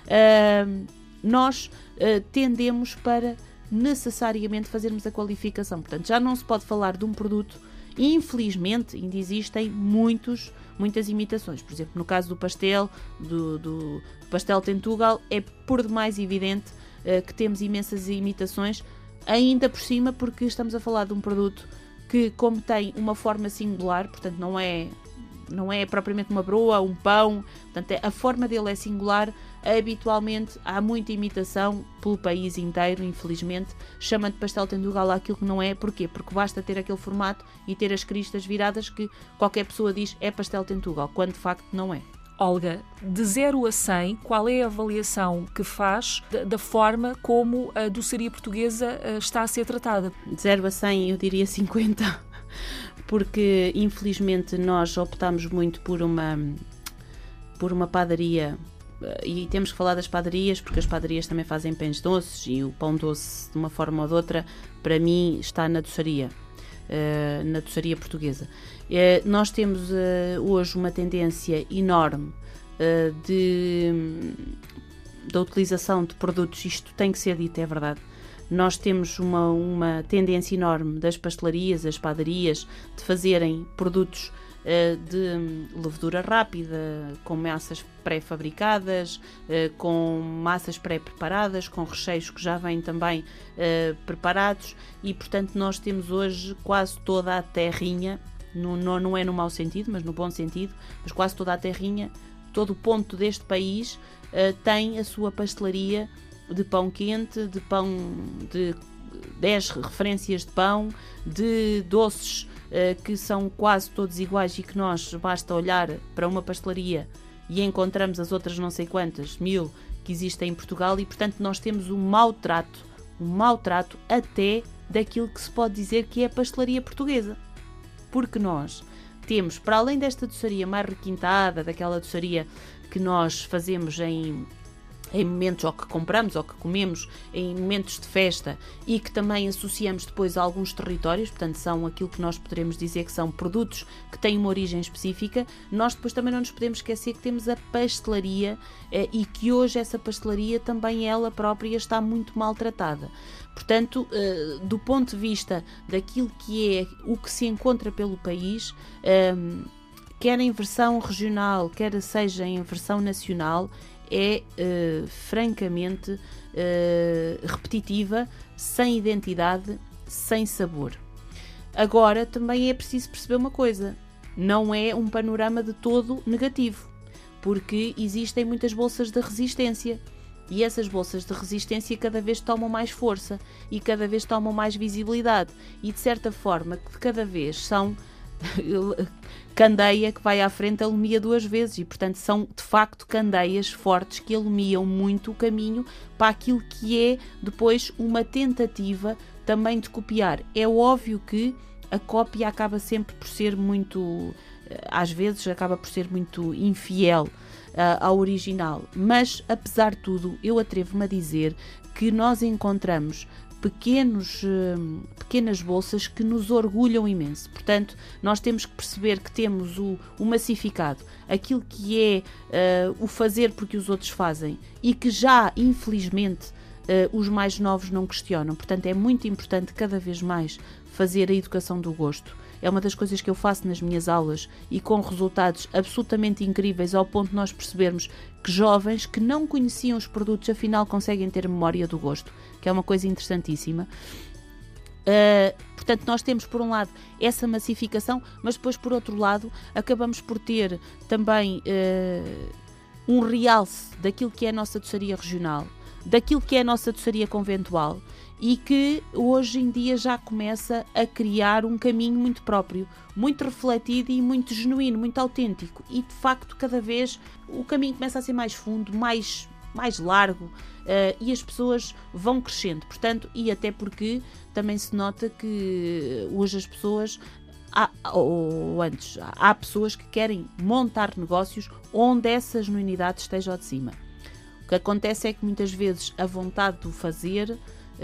Uh, nós uh, tendemos para necessariamente fazermos a qualificação. Portanto, já não se pode falar de um produto. Infelizmente, ainda existem muitos, muitas imitações. Por exemplo, no caso do pastel, do, do pastel Tentugal, é por demais evidente uh, que temos imensas imitações. Ainda por cima, porque estamos a falar de um produto que, como tem uma forma singular, portanto não é, não é propriamente uma broa, um pão, portanto é, a forma dele é singular, habitualmente há muita imitação pelo país inteiro, infelizmente, chama de pastel Tentugal aquilo que não é. Porquê? Porque basta ter aquele formato e ter as cristas viradas que qualquer pessoa diz é pastel Tentugal, quando de facto não é. Olga, de zero a cem, qual é a avaliação que faz da, da forma como a doçaria portuguesa uh, está a ser tratada? De zero a cem eu diria cinquenta, porque infelizmente nós optamos muito por uma, por uma padaria, e temos que falar das padarias, porque as padarias também fazem pães doces, e o pão doce, de uma forma ou de outra, para mim está na doçaria. Uh, na doçaria portuguesa. Uh, nós temos uh, hoje uma tendência enorme uh, de, da utilização de produtos, isto tem que ser dito, é verdade. Nós temos uma, uma tendência enorme das pastelarias, as padarias, de fazerem produtos uh, de levedura rápida, com massas pré-fabricadas, uh, com massas pré-preparadas, com recheios que já vêm também uh, preparados, e portanto nós temos hoje quase toda a terrinha, no, no, não é no mau sentido, mas no bom sentido, mas quase toda a terrinha, todo o ponto deste país uh, tem a sua pastelaria de pão quente, de pão, de dez referências de pão, de doces uh, que são quase todos iguais e que nós basta olhar para uma pastelaria e encontramos as outras não sei quantas mil que existem em Portugal, e portanto nós temos um maltrato, um maltrato até daquilo que se pode dizer que é a pastelaria portuguesa. Porque nós temos, para além desta doçaria mais requintada, daquela doçaria que nós fazemos em em momentos, ou que compramos, ou que comemos em momentos de festa, e que também associamos depois a alguns territórios, portanto são aquilo que nós poderemos dizer que são produtos que têm uma origem específica, nós depois também não nos podemos esquecer que temos a pastelaria eh, e que hoje essa pastelaria também ela própria está muito maltratada. Portanto, eh, do ponto de vista daquilo que é o que se encontra pelo país, eh, quer em versão regional, quer seja em versão nacional, é uh, francamente uh, repetitiva, sem identidade, sem sabor. Agora, também é preciso perceber uma coisa, não é um panorama de todo negativo, porque existem muitas bolsas de resistência, e essas bolsas de resistência cada vez tomam mais força e cada vez tomam mais visibilidade, e de certa forma cada vez são candeia que vai à frente alumia duas vezes, e portanto são de facto candeias fortes que alumiam muito o caminho para aquilo que é depois uma tentativa também de copiar. É óbvio que a cópia acaba sempre por ser muito, às vezes acaba por ser muito infiel uh, ao original, mas apesar de tudo eu atrevo-me a dizer que nós encontramos Pequenos, pequenas bolsas que nos orgulham imenso. Portanto, nós temos que perceber que temos o, o massificado, aquilo que é uh, o fazer porque os outros fazem, e que já, infelizmente, os mais novos não questionam. Portanto, é muito importante cada vez mais fazer a educação do gosto. É uma das coisas que eu faço nas minhas aulas e com resultados absolutamente incríveis, ao ponto de nós percebermos que jovens que não conheciam os produtos afinal conseguem ter memória do gosto, que é uma coisa interessantíssima. Uh, portanto, nós temos por um lado essa massificação, mas depois por outro lado acabamos por ter também uh, um realce daquilo que é a nossa doçaria regional, daquilo que é a nossa doçaria conventual, e que hoje em dia já começa a criar um caminho muito próprio, muito refletido e muito genuíno, muito autêntico, e de facto cada vez o caminho começa a ser mais fundo, mais, mais largo, uh, e as pessoas vão crescendo, portanto, e até porque também se nota que hoje as pessoas, há, ou antes, há pessoas que querem montar negócios onde essa genuinidade esteja ao de cima. O que acontece é que muitas vezes a vontade do fazer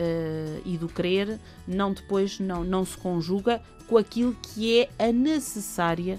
Uh, e do querer não depois não, não se conjuga com aquilo que é a necessária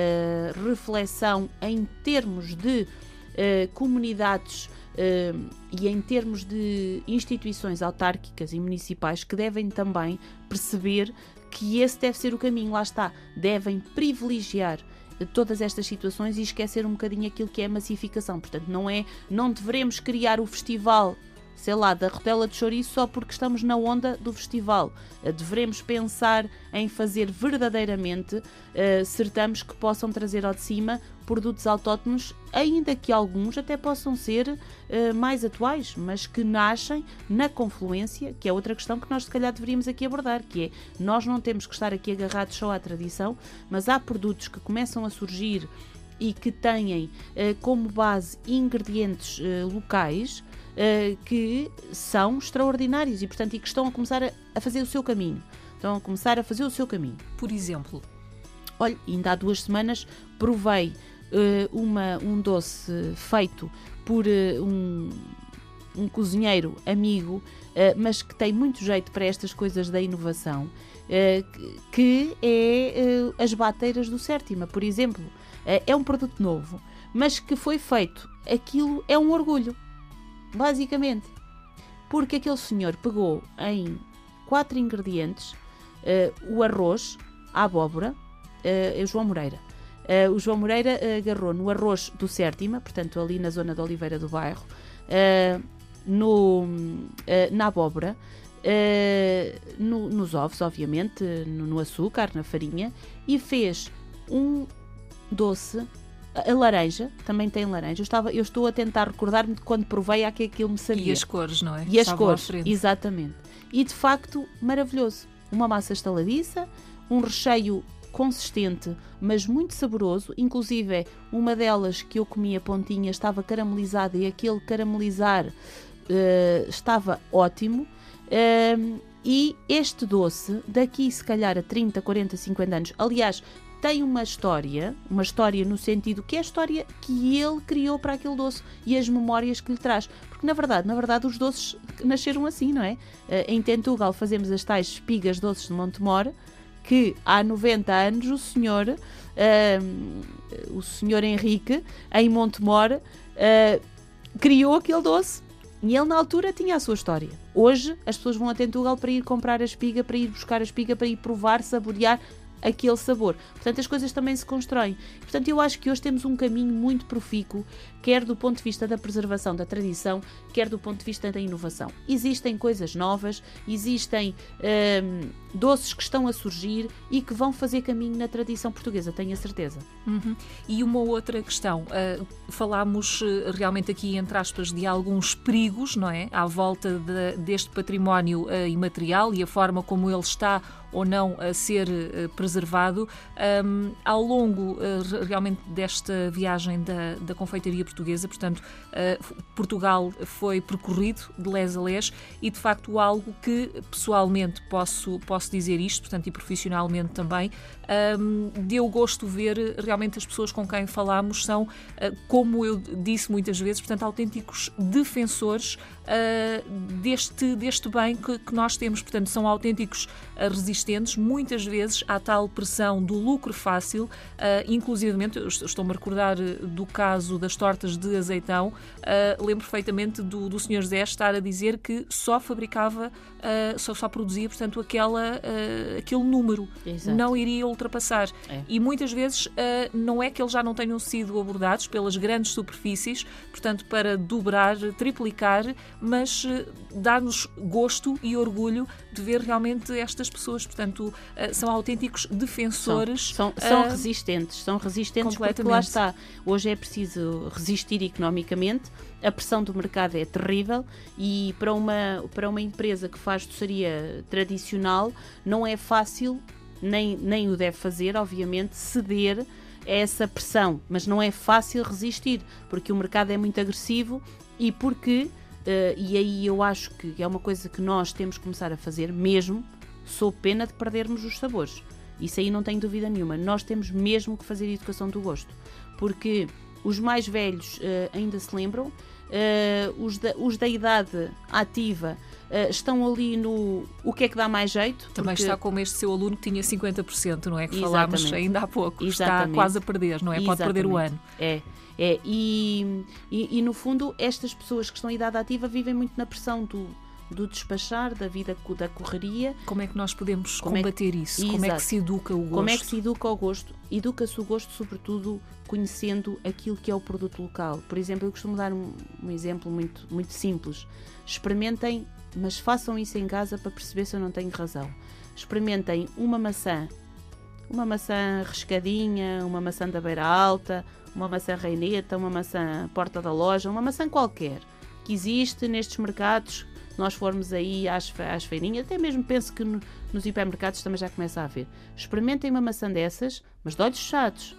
uh, reflexão em termos de uh, comunidades uh, e em termos de instituições autárquicas e municipais que devem também perceber que esse deve ser o caminho. Lá está, devem privilegiar todas estas situações e esquecer um bocadinho aquilo que é a massificação. Portanto, não é, não devemos criar o festival, sei lá, da rodela de chouriço só porque estamos na onda do festival. Devemos pensar em fazer verdadeiramente uh, certames que possam trazer ao de cima produtos autóctonos, ainda que alguns até possam ser uh, mais atuais, mas que nascem na confluência, que é outra questão que nós se calhar deveríamos aqui abordar, que é, nós não temos que estar aqui agarrados só à tradição, mas há produtos que começam a surgir e que têm uh, como base ingredientes uh, locais, Uh, que são extraordinários e, portanto, e que estão a começar a, a fazer o seu caminho. Estão a começar a fazer o seu caminho. Por exemplo? Olha, ainda há duas semanas provei uh, uma, um doce feito por uh, um, um cozinheiro amigo, uh, mas que tem muito jeito para estas coisas da inovação, uh, que é uh, as bateiras do Sértima, por exemplo. Uh, é um produto novo, mas que foi feito. Aquilo é um orgulho. Basicamente, porque aquele senhor pegou em quatro ingredientes, uh, o arroz, a abóbora, uh, é o João Moreira. Uh, o João Moreira uh, agarrou no arroz do Sértima, portanto ali na zona de Oliveira do Bairro, uh, no, uh, na abóbora, uh, no, nos ovos, obviamente, no, no açúcar, na farinha, e fez um doce. A laranja, também tem laranja. Eu, estava, eu estou a tentar recordar-me de quando provei a que aquilo me sabia. E as cores, não é? E as Estava cores, exatamente. E de facto, maravilhoso. Uma massa estaladiça, um recheio consistente, mas muito saboroso. Inclusive, uma delas que eu comi a pontinha estava caramelizada e aquele caramelizar uh, estava ótimo. Uh, e este doce, daqui se calhar a trinta, quarenta, cinquenta anos, aliás, tem uma história, uma história no sentido que é a história que ele criou para aquele doce e as memórias que lhe traz. Porque, na verdade, na verdade os doces nasceram assim, não é? Em Tentugal fazemos as tais espigas doces de Montemor, que há noventa anos o senhor, uh, o senhor Henrique, em Montemor, uh, criou aquele doce. E ele, na altura, tinha a sua história. Hoje, as pessoas vão a Tentugal para ir comprar a espiga, para ir buscar a espiga, para ir provar, saborear aquele sabor. Portanto, as coisas também se constroem. Portanto, eu acho que hoje temos um caminho muito profícuo, quer do ponto de vista da preservação da tradição, quer do ponto de vista da inovação. Existem coisas novas, existem hum, doces que estão a surgir e que vão fazer caminho na tradição portuguesa, tenho a certeza. Uhum. E uma outra questão, uh, falámos uh, realmente aqui, entre aspas, de alguns perigos, não é? À volta de, deste património uh, imaterial e a forma como ele está ou não a ser uh, preservado. Um, ao longo uh, realmente desta viagem da, da confeitaria portuguesa, portanto, uh, Portugal foi percorrido de les a les e, de facto, algo que pessoalmente posso, posso dizer isto, portanto, e profissionalmente também, um, deu gosto ver realmente as pessoas com quem falámos são, uh, como eu disse muitas vezes, portanto, autênticos defensores uh, deste, deste bem que, que nós temos, portanto, são autênticos uh, resistentes, muitas vezes à tal tal pressão do lucro fácil, uh, inclusivamente, eu estou-me a recordar do caso das tortas de azeitão, uh, lembro perfeitamente do, do senhor Zé estar a dizer que só fabricava, uh, só, só produzia, portanto, aquela, uh, aquele número, Exato. Não iria ultrapassar. É. E muitas vezes uh, não é que eles já não tenham sido abordados pelas grandes superfícies, portanto, para dobrar, triplicar, mas uh, dá-nos gosto e orgulho de ver realmente estas pessoas, portanto, uh, são autênticos defensores. São, são, são uh, resistentes, são resistentes porque lá está. Hoje é preciso resistir economicamente, a pressão do mercado é terrível e para uma, para uma empresa que faz doçaria tradicional não é fácil, nem, nem o deve fazer, obviamente, ceder a essa pressão, mas não é fácil resistir, porque o mercado é muito agressivo e porque, uh, e aí eu acho que é uma coisa que nós temos que começar a fazer mesmo, sob pena de perdermos os sabores. Isso aí não tenho dúvida nenhuma. Nós temos mesmo que fazer a educação do gosto, porque os mais velhos uh, ainda se lembram, uh, os, da, os da idade ativa uh, estão ali no o que é que dá mais jeito. Também porque... está como este seu aluno que tinha cinquenta por cento, não é? Que Exatamente. falámos ainda há pouco. Exatamente. Está quase a perder, não é? Pode Exatamente. perder o ano. É, é. E, e, e no fundo estas pessoas que estão em idade ativa vivem muito na pressão do do despachar, da vida da correria. Como é que nós podemos Como combater é que... isso? Exato. Como é que se educa o gosto? Como é que se educa o gosto? Educa-se o gosto, sobretudo, conhecendo aquilo que é o produto local. Por exemplo, eu costumo dar um, um exemplo muito, muito simples. Experimentem, mas façam isso em casa para perceber se eu não tenho razão. Experimentem uma maçã, uma maçã rescadinha, uma maçã da Beira Alta, uma maçã reineta, uma maçã porta da loja, uma maçã qualquer, que existe nestes mercados. Nós formos aí às, às feirinhas, até mesmo penso que no, nos hipermercados também já começa a haver. Experimentem uma maçã dessas, mas de olhos fechados.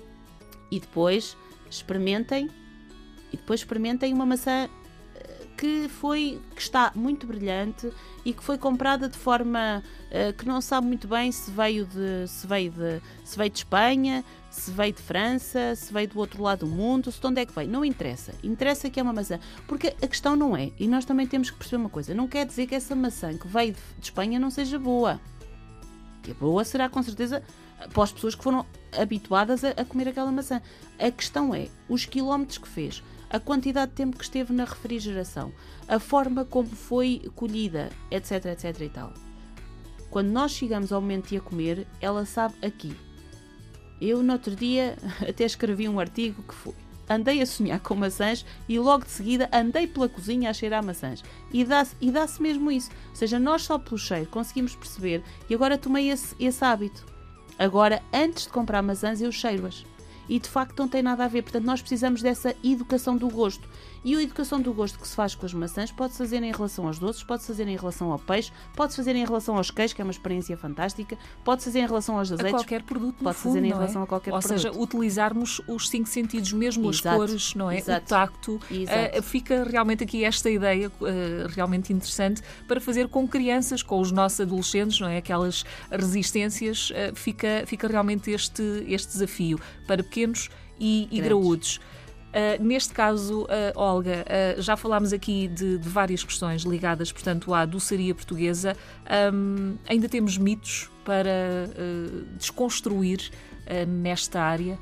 E depois experimentem, e depois experimentem uma maçã que, foi, que está muito brilhante e que foi comprada de forma uh, que não sabe muito bem se veio, de, se, veio de, se veio de Espanha, se veio de França, se veio do outro lado do mundo, se de onde é que veio. Não interessa. Interessa que é uma maçã. Porque a questão não é, e nós também temos que perceber uma coisa, não quer dizer que essa maçã que veio de, de Espanha não seja boa. Que a boa será com certeza para as pessoas que foram habituadas a, a comer aquela maçã. A questão é os quilómetros que fez, a quantidade de tempo que esteve na refrigeração, a forma como foi colhida, etc, etc e tal. Quando nós chegamos ao momento de a comer, ela sabe aqui. Eu, no outro dia, até escrevi um artigo que foi: andei a sonhar com maçãs e logo de seguida andei pela cozinha a cheirar maçãs. E dá-se, e dá-se mesmo isso. Ou seja, nós só pelo cheiro conseguimos perceber, e agora tomei esse, esse hábito. Agora, antes de comprar maçãs, eu cheiro-as. E de facto não tem nada a ver. Portanto, nós precisamos dessa educação do gosto. E a educação do gosto que se faz com as maçãs pode-se fazer em relação aos doces, pode-se fazer em relação ao peixe, pode-se fazer em relação aos queijos, que é uma experiência fantástica, pode-se fazer em relação aos azeites. A qualquer produto, no Pode-se fundo, fazer em não relação é? a qualquer Ou produto. seja, utilizarmos os cinco sentidos, mesmo Exato. as cores, não é? Exato. O tacto. Exato. Uh, fica realmente aqui esta ideia uh, realmente interessante para fazer com crianças, com os nossos adolescentes, não é? Aquelas resistências, uh, fica, fica realmente este, este desafio para pequenos e, e graúdos. Uh, neste caso, uh, Olga, uh, já falámos aqui de, de várias questões ligadas, portanto, à doçaria portuguesa. Um, ainda temos mitos para uh, desconstruir uh, nesta área?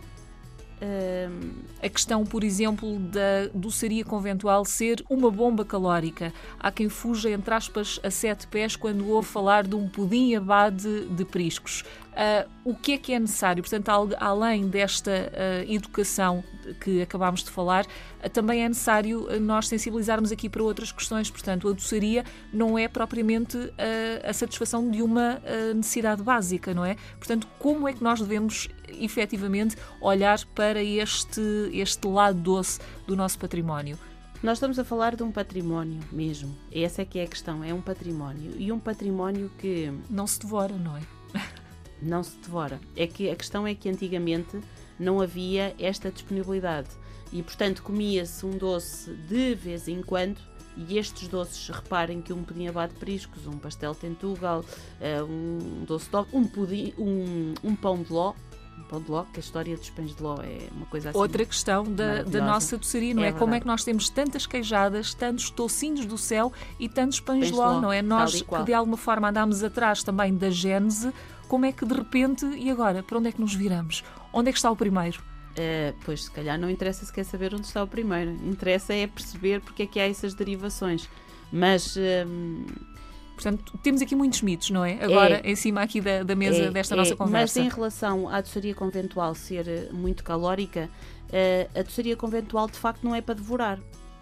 Um, a questão, por exemplo, da doçaria conventual ser uma bomba calórica. Há quem fuja, entre aspas, a sete pés quando ouve falar de um pudim abade de priscos. Uh, o que é que é necessário? Portanto, além desta uh, educação que acabámos de falar, uh, também é necessário nós sensibilizarmos aqui para outras questões. Portanto, a doçaria não é propriamente uh, a satisfação de uma uh, necessidade básica, não é? Portanto, como é que nós devemos efetivamente olhar para este, este lado doce do nosso património? Nós estamos a falar de um património mesmo. Essa é que é a questão, é um património. E um património que... não se devora, não é? Não se devora. É que a questão é que antigamente não havia esta disponibilidade. E, portanto, comia-se um doce de vez em quando. E estes doces, reparem que um pudim abade de priscos, um pastel tentugal, um doce de ovo, um, pudim, um, um pão de ló, pão de ló, que a história dos pães de ló é uma coisa assim. Outra questão da, da nossa doçaria, não é? é Como é que nós temos tantas queijadas, tantos tocinhos do céu e tantos pães, pães de ló, não é? Nós que de alguma forma andámos atrás também da gênese, como é que de repente, e agora, para onde é que nos viramos? Onde é que está o primeiro? Uh, pois, se calhar não interessa se quer saber onde está o primeiro, interessa é perceber porque é que há essas derivações. Mas... Um... Portanto, temos aqui muitos mitos, não é? Agora, é, em cima aqui da, da mesa é, desta é, nossa conversa. Mas em relação à doçaria conventual ser muito calórica, a doçaria conventual de facto não é para devorar.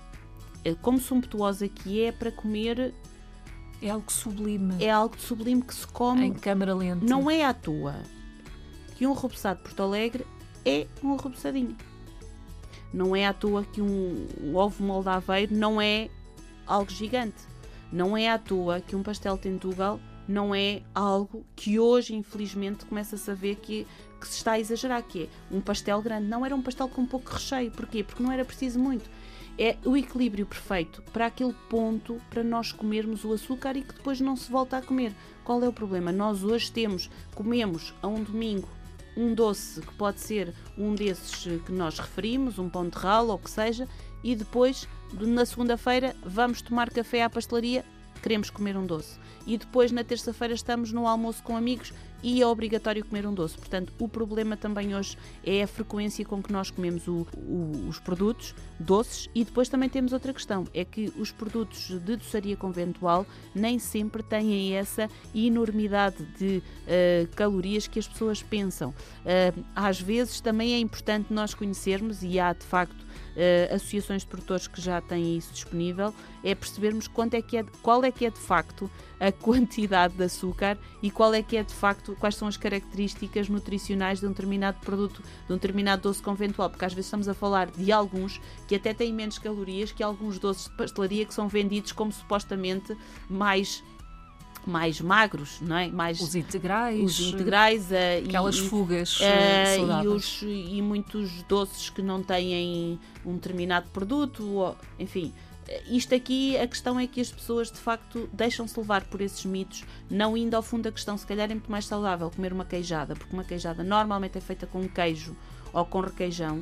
Como sumptuosa que é para comer... É algo sublime. É algo sublime que se come... Em câmara lenta. Não é à toa que um rebuçado de Porto Alegre é um rebuçadinho. Não é à toa que um, um ovo moldaveiro não é algo gigante. Não é à toa que um pastel Tentugal não é algo que hoje, infelizmente, começa-se a ver que, que se está a exagerar, que é um pastel grande. Não era um pastel com um pouco de recheio. Porquê? Porque não era preciso muito. É o equilíbrio perfeito para aquele ponto para nós comermos o açúcar e que depois não se volta a comer. Qual é o problema? Nós hoje temos, comemos a um domingo um doce que pode ser um desses que nós referimos, um pão de ralo ou o que seja, e depois, na segunda-feira, vamos tomar café à pastelaria, queremos comer um doce. E depois, na terça-feira, estamos no almoço com amigos e é obrigatório comer um doce. Portanto, o problema também hoje é a frequência com que nós comemos o, o, os produtos doces. E depois também temos outra questão, é que os produtos de doçaria conventual nem sempre têm essa enormidade de uh, calorias que as pessoas pensam. Uh, às vezes também é importante nós conhecermos, e há de facto Uh, associações de produtores que já têm isso disponível, é percebermos quanto é que é, qual é que é de facto a quantidade de açúcar e qual é que é de facto, quais são as características nutricionais de um determinado produto, de um determinado doce conventual, porque às vezes estamos a falar de alguns que até têm menos calorias que alguns doces de pastelaria que são vendidos como supostamente mais mais magros, não é? Mais, os integrais, os integrais uh, aquelas e, fugas uh, e, os, e muitos doces que não têm um determinado produto, ou, enfim, isto aqui, a questão é que as pessoas de facto deixam-se levar por esses mitos, não indo ao fundo da questão. Se calhar é muito mais saudável comer uma queijada, porque uma queijada normalmente é feita com queijo ou com requeijão,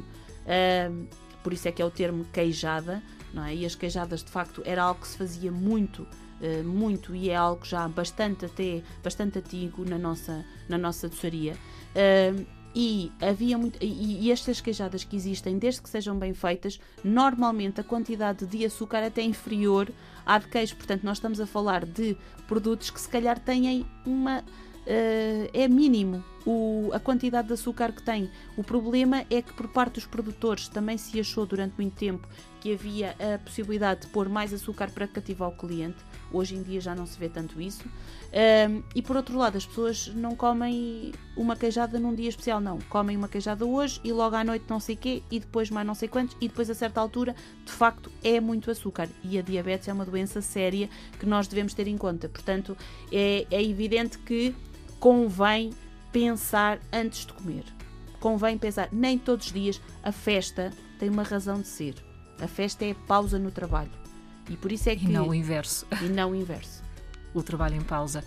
uh, por isso é que é o termo queijada, não é? E as queijadas de facto era algo que se fazia muito Uh, muito, e é algo já bastante até bastante antigo na nossa, na nossa doçaria. Uh, e havia muito, e, e estas queijadas que existem, desde que sejam bem feitas, normalmente a quantidade de açúcar até é inferior à de queijo. Portanto, nós estamos a falar de produtos que se calhar têm uma Uh, é mínimo o, a quantidade de açúcar que tem. O problema é que por parte dos produtores também se achou durante muito tempo que havia a possibilidade de pôr mais açúcar para cativar o cliente. Hoje em dia já não se vê tanto isso. Uh, e por outro lado, as pessoas não comem uma queijada num dia especial, não. Comem uma queijada hoje e logo à noite não sei quê e depois mais não sei quantos e depois a certa altura, de facto, é muito açúcar. E a diabetes é uma doença séria que nós devemos ter em conta. Portanto, é, é evidente que convém pensar antes de comer. Convém pensar, nem todos os dias. A festa tem uma razão de ser. A festa é pausa no trabalho. E por isso é que... E não o inverso. E não o inverso. O trabalho em pausa.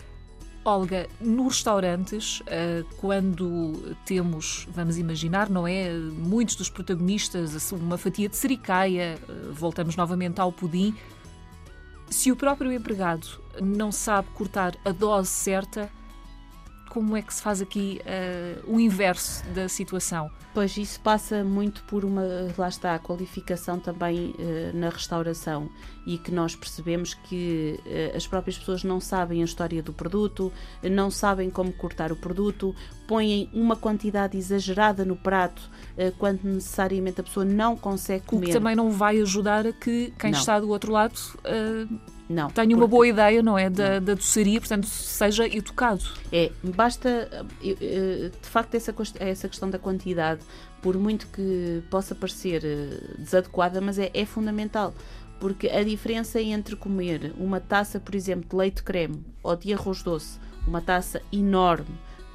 Olga, nos restaurantes, quando temos, vamos imaginar, não é? Muitos dos protagonistas, uma fatia de sericaia, voltamos novamente ao pudim. Se o próprio empregado não sabe cortar a dose certa, como é que se faz aqui uh, o inverso da situação? Pois, isso passa muito por uma, lá está, a qualificação também uh, na restauração, e que nós percebemos que uh, as próprias pessoas não sabem a história do produto, não sabem como cortar o produto, põem uma quantidade exagerada no prato uh, quando necessariamente a pessoa não consegue comer. O que também não vai ajudar a que quem não. está do outro lado uh, não, tenha uma boa ideia, não é, da, da doçaria, portanto seja educado. É, basta, de facto, essa, essa questão da quantidade, por muito que possa parecer desadequada, mas é, é fundamental, porque a diferença entre comer uma taça, por exemplo, de leite creme ou de arroz doce, uma taça enorme,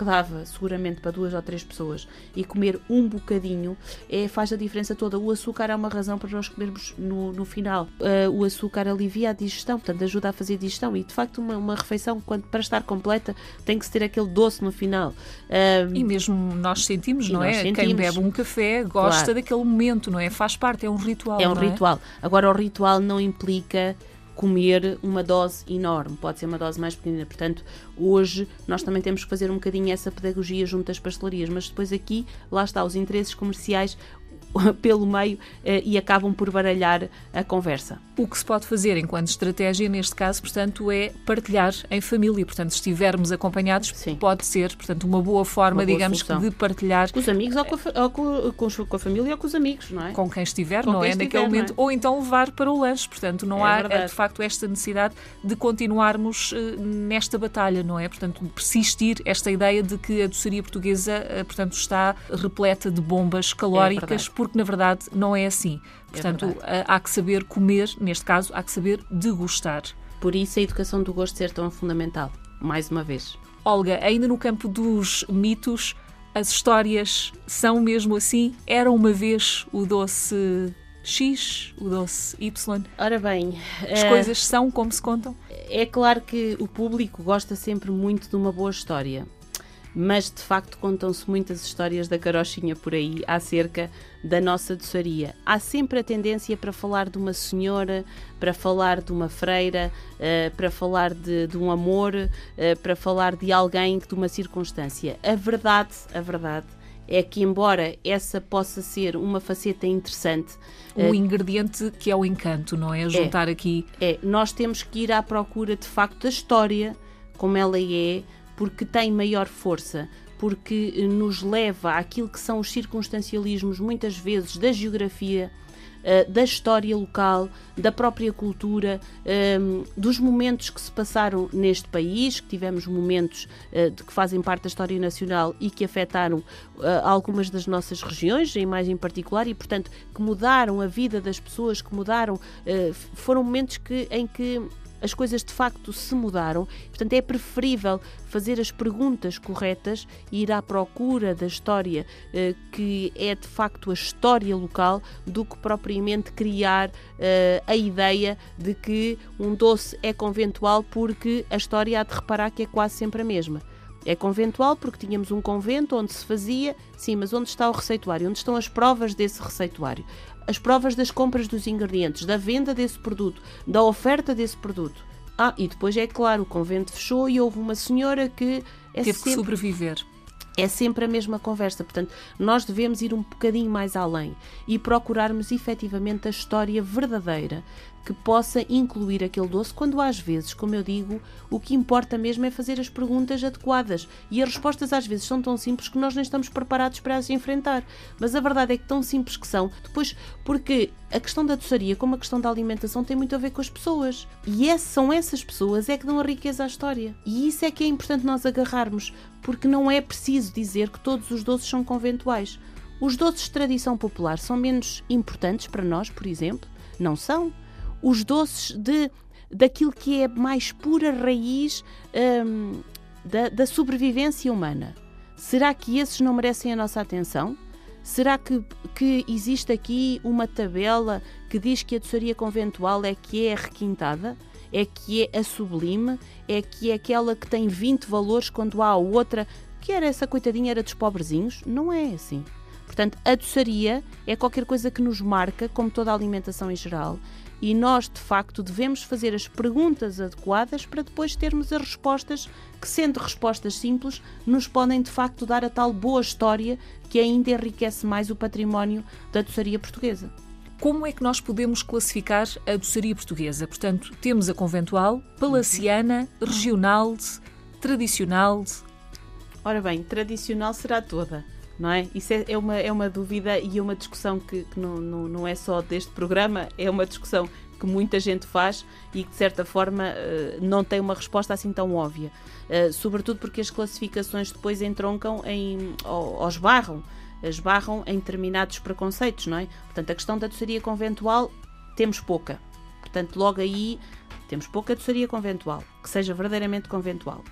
que dava seguramente para duas ou três pessoas e comer um bocadinho é, faz a diferença toda. O açúcar é uma razão para nós comermos no, no final. Uh, o açúcar alivia a digestão, portanto ajuda a fazer a digestão e de facto uma, uma refeição, quando, para estar completa, tem que se ter aquele doce no final. Uh, e mesmo nós sentimos, não nós é? Sentimos. Quem bebe um café gosta Claro. daquele momento, não é? Faz parte, é um ritual. É um não ritual. Agora o ritual não implica comer uma dose enorme, pode ser uma dose mais pequenina. Portanto, hoje nós também temos que fazer um bocadinho essa pedagogia junto às pastelarias, mas depois aqui, lá está, os interesses comerciais pelo meio eh, e acabam por baralhar a conversa. O que se pode fazer enquanto estratégia, neste caso, portanto, é partilhar em família. Portanto, se estivermos acompanhados, Sim. pode ser, portanto, uma boa forma, Uma boa digamos, solução. de partilhar Com os amigos ou com a, fa- ou com, com, os- com a família ou com os amigos, não é? com quem estiver, Com não quem é? estiver, Naquele não é? momento. Ou então levar para o lanche. Portanto, não É há, verdade. de facto, esta necessidade de continuarmos eh, nesta batalha, não é? Portanto, persistir esta ideia de que a doçaria portuguesa, eh, portanto, está repleta de bombas calóricas, verdade. porque, na verdade, não é assim. Portanto, verdade. há que saber comer, neste caso, há que saber degustar. Por isso a educação do gosto ser tão fundamental, mais uma vez. Olga, ainda no campo dos mitos, as histórias são mesmo assim? Era uma vez o doce X, o doce Y? Ora bem, As eh, coisas são como se contam? é claro que o público gosta sempre muito de uma boa história, mas de facto contam-se muitas histórias da carochinha por aí acerca da nossa doçaria. Há sempre a tendência para falar de uma senhora, para falar de uma freira, uh, para falar de, de um amor, uh, para falar de alguém, de uma circunstância. A verdade, a verdade é que, embora essa possa ser uma faceta interessante, Um uh, ingrediente que é o encanto, não é? Juntar aqui... é, nós temos que ir à procura de facto da história, como ela é, porque tem maior força, porque nos leva àquilo que são os circunstancialismos, muitas vezes, da geografia, uh, da história local, da própria cultura, um, dos momentos que se passaram neste país, que tivemos momentos uh, de que fazem parte da história nacional e que afetaram uh, algumas das nossas regiões, em mais em particular, e, portanto, que mudaram a vida das pessoas, que mudaram, uh, foram momentos que, em que as coisas de facto se mudaram. Portanto, é preferível fazer as perguntas corretas e ir à procura da história eh, que é de facto a história local, do que propriamente criar eh, a ideia de que um doce é conventual, porque a história há de reparar que é quase sempre a mesma. É conventual porque tínhamos um convento onde se fazia, sim, mas onde está o receituário? Onde estão as provas desse receituário? As provas das compras dos ingredientes, da venda desse produto, da oferta desse produto. Ah, e depois é claro, o convento fechou e houve uma senhora que é Teve sempre, que sobreviver. é sempre a mesma conversa. Portanto, nós devemos ir um bocadinho mais além e procurarmos efetivamente a história verdadeira que possa incluir aquele doce, quando às vezes, como eu digo, o que importa mesmo é fazer as perguntas adequadas, e as respostas às vezes são tão simples que nós nem estamos preparados para as enfrentar. Mas a verdade é que tão simples que são, depois, porque a questão da doçaria, como a questão da alimentação, tem muito a ver com as pessoas, e esse, são essas pessoas é que dão a riqueza à história, e isso é que é importante nós agarrarmos, porque não é preciso dizer que todos os doces são conventuais. Os doces de tradição popular são menos importantes para nós, por exemplo? Não são. Os doces de, daquilo que é mais pura raiz hum, da, da sobrevivência humana. Será que esses não merecem a nossa atenção? Será que, que existe aqui uma tabela que diz que a doçaria conventual é que é a requintada? É que é a sublime? É que é aquela que tem vinte valores quando há outra que era essa coitadinha, era dos pobrezinhos? Não é assim. Portanto, a doçaria é qualquer coisa que nos marca, como toda a alimentação em geral, e nós, de facto, devemos fazer as perguntas adequadas para depois termos as respostas que, sendo respostas simples, nos podem, de facto, dar a tal boa história que ainda enriquece mais o património da doçaria portuguesa. Como é que nós podemos classificar a doçaria portuguesa? Portanto, temos a conventual, palaciana, regional, tradicional. Ora bem, tradicional será toda, não é? Isso é, é, uma, é uma dúvida e uma discussão que, que não, não, não é só deste programa, é uma discussão que muita gente faz e que, de certa forma, não tem uma resposta assim tão óbvia. Sobretudo porque as classificações depois entroncam em, ou, ou esbarram, esbarram em determinados preconceitos, não é? Portanto, a questão da doçaria conventual, temos pouca. Portanto, logo aí, temos pouca doçaria conventual, que seja verdadeiramente conventual.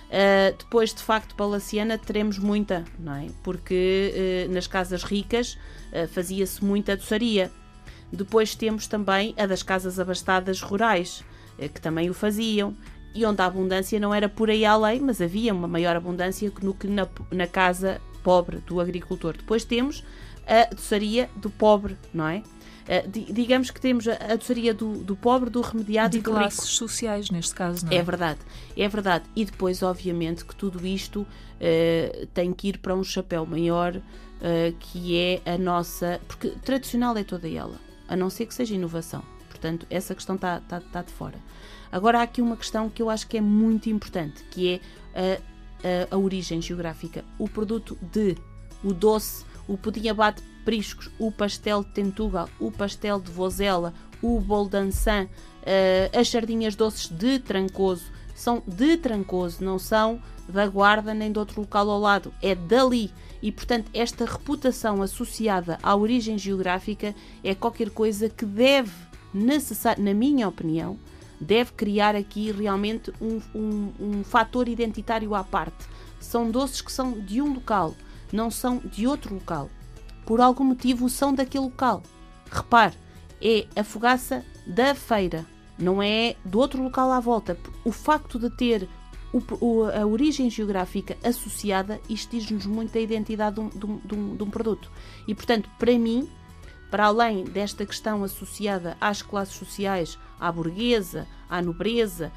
Uh, depois, de facto, palaciana teremos muita, não é? Porque uh, nas casas ricas uh, fazia-se muita doçaria. Depois temos também a das casas abastadas rurais, uh, que também o faziam, e onde a abundância não era por aí à lei, mas havia uma maior abundância no que na, na casa pobre do agricultor. Depois temos a doçaria do pobre, não é? Uh, digamos que temos a, a doçaria do, do pobre, do remediado de e do rico. classes sociais, neste caso, não é? É verdade, é verdade. E depois, obviamente, que tudo isto uh, tem que ir para um chapéu maior, uh, que é a nossa... Porque tradicional é toda ela, a não ser que seja inovação. Portanto, essa questão está tá, tá de fora. Agora, há aqui uma questão que eu acho que é muito importante, que é a, a, a origem geográfica. O produto de, o doce, o pudim abate priscos, o pastel de Tentugal, o pastel de Vozela, o bolo de ançã, uh, as sardinhas doces de Trancoso, são de Trancoso, não são da Guarda nem de outro local ao lado, é dali. E, portanto, esta reputação associada à origem geográfica é qualquer coisa que deve, necessar, na minha opinião, deve criar aqui realmente um, um, um fator identitário à parte. São doces que são de um local, não são de outro local. Por algum motivo são daquele local. Repare, é a fogaça da feira, não é do outro local à volta. O facto de ter o, o, a origem geográfica associada, isto diz-nos muito a identidade de um, de, um, de, um, de um produto. E, portanto, para mim, para além desta questão associada às classes sociais, à burguesa, à nobreza,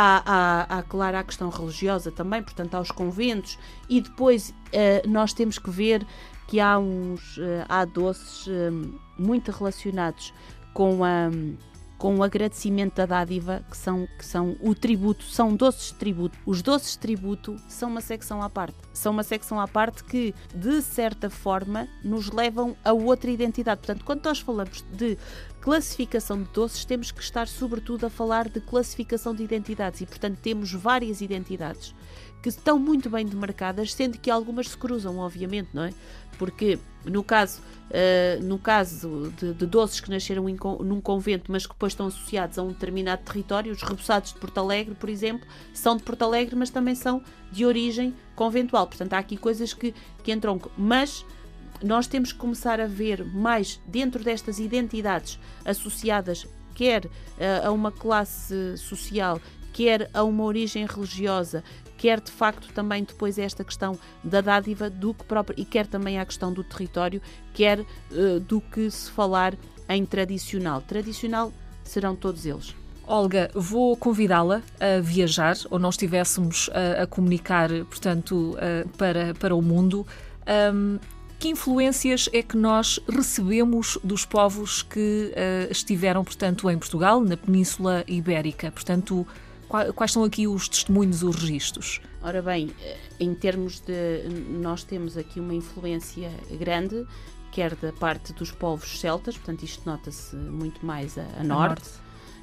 à, à, à, claro, à questão religiosa também, portanto, aos conventos, e depois uh, nós temos que ver que há uns uh, há doces uh, muito relacionados com, a, com o agradecimento da dádiva, que são, que são o tributo, são doces de tributo. Os doces de tributo são uma secção à parte. São uma secção à parte que, de certa forma, nos levam a outra identidade. Portanto, quando nós falamos de classificação de doces, temos que estar, sobretudo, a falar de classificação de identidades. E, portanto, temos várias identidades que estão muito bem demarcadas, sendo que algumas se cruzam, obviamente, não é? Porque no caso, uh, no caso de, de doces que nasceram em, num convento, mas que depois estão associados a um determinado território, os reboçados de Porto Alegre, por exemplo, são de Porto Alegre, mas também são de origem conventual. Portanto, há aqui coisas que, que entram... Mas nós temos que começar a ver mais dentro destas identidades associadas, quer uh, a uma classe social, quer a uma origem religiosa, quer de facto também depois esta questão da dádiva, do que próprio, e quer também a questão do território, quer uh, do que se falar em tradicional. Tradicional serão todos eles. Olga, vou convidá-la a viajar, ou nós estivéssemos a, a comunicar, portanto, uh, para, para o mundo. Um, que influências é que nós recebemos dos povos que uh, estiveram, portanto, em Portugal, na Península Ibérica? Portanto, quais são aqui os testemunhos, os registros? Ora bem, em termos de... Nós temos aqui uma influência grande, quer da parte dos povos celtas, portanto isto nota-se muito mais a, a, a norte, norte.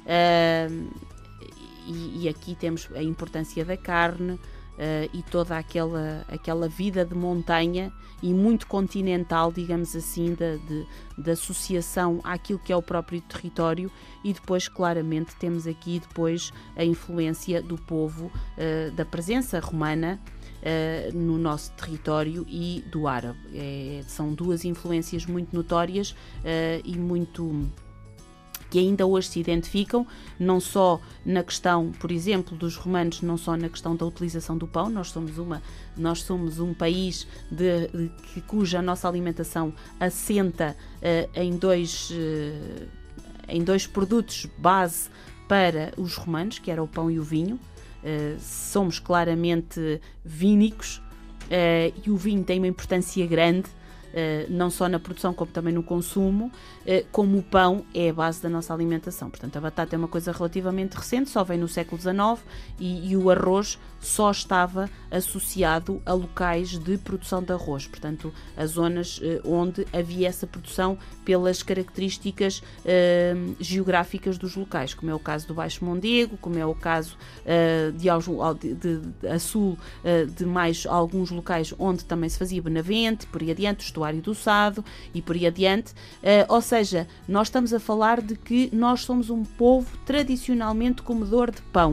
Uh, e, e aqui temos a importância da carne, Uh, e toda aquela, aquela vida de montanha e muito continental, digamos assim, de, de, de associação àquilo que é o próprio território. E depois, claramente, temos aqui depois a influência do povo, uh, da presença romana uh, no nosso território e do árabe. É, são duas influências muito notórias uh, e muito... que ainda hoje se identificam, não só na questão, por exemplo, dos romanos, não só na questão da utilização do pão. Nós somos, uma, nós somos um país de, de, que, cuja nossa alimentação assenta uh, em, dois, uh, em dois produtos base para os romanos, que era o pão e o vinho. Uh, somos claramente vínicos uh, e o vinho tem uma importância grande, Uh, não só na produção como também no consumo, uh, como o pão é a base da nossa alimentação. Portanto, a batata é uma coisa relativamente recente, só vem no século dezenove, e, e o arroz só estava associado a locais de produção de arroz, portanto, a zonas uh, onde havia essa produção pelas características uh, geográficas dos locais, como é o caso do Baixo Mondego, como é o caso uh, de, de, de, a sul uh, de mais alguns locais onde também se fazia Benavente, por aí adiante, o Estuário do Sado e por aí adiante. Uh, ou seja, nós estamos a falar de que nós somos um povo tradicionalmente comedor de pão.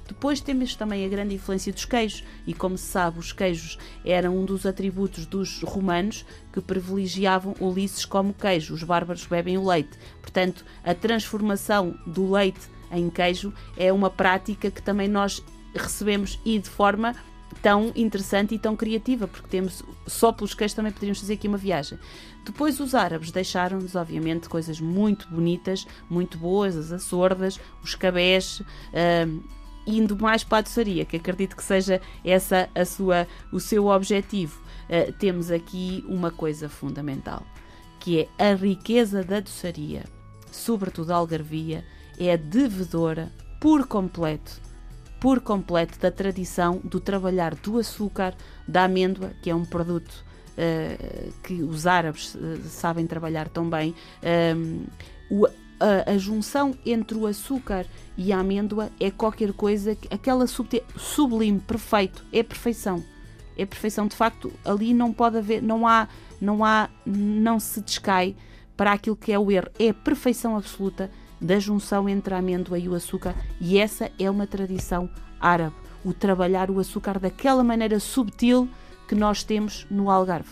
Depois temos também a grande influência dos queijos, e como se sabe, os queijos eram um dos atributos dos romanos, que privilegiavam Ulisses como queijo. Os bárbaros bebem o leite. Portanto, a transformação do leite em queijo é uma prática que também nós recebemos, e de forma tão interessante e tão criativa, porque temos, só pelos queijos também poderíamos fazer aqui uma viagem. Depois os árabes deixaram-nos, obviamente, coisas muito bonitas, muito boas, as açordas, os cabés, hum, indo mais para a doçaria, que acredito que seja essa a sua, o seu objetivo. Uh, temos aqui uma coisa fundamental, que é a riqueza da doçaria, sobretudo a algarvia, é devedora por completo por completo da tradição do trabalhar do açúcar, da amêndoa, que é um produto uh, que os árabes uh, sabem trabalhar tão bem. Um, o, a, a junção entre o açúcar e a amêndoa é qualquer coisa, aquela subte, sublime, perfeito, é perfeição. É perfeição, de facto, ali não pode haver, não há, não há, não se descai para aquilo que é o erro, é a perfeição absoluta da junção entre a amêndoa e o açúcar, e essa é uma tradição árabe, o trabalhar o açúcar daquela maneira subtil que nós temos no Algarve.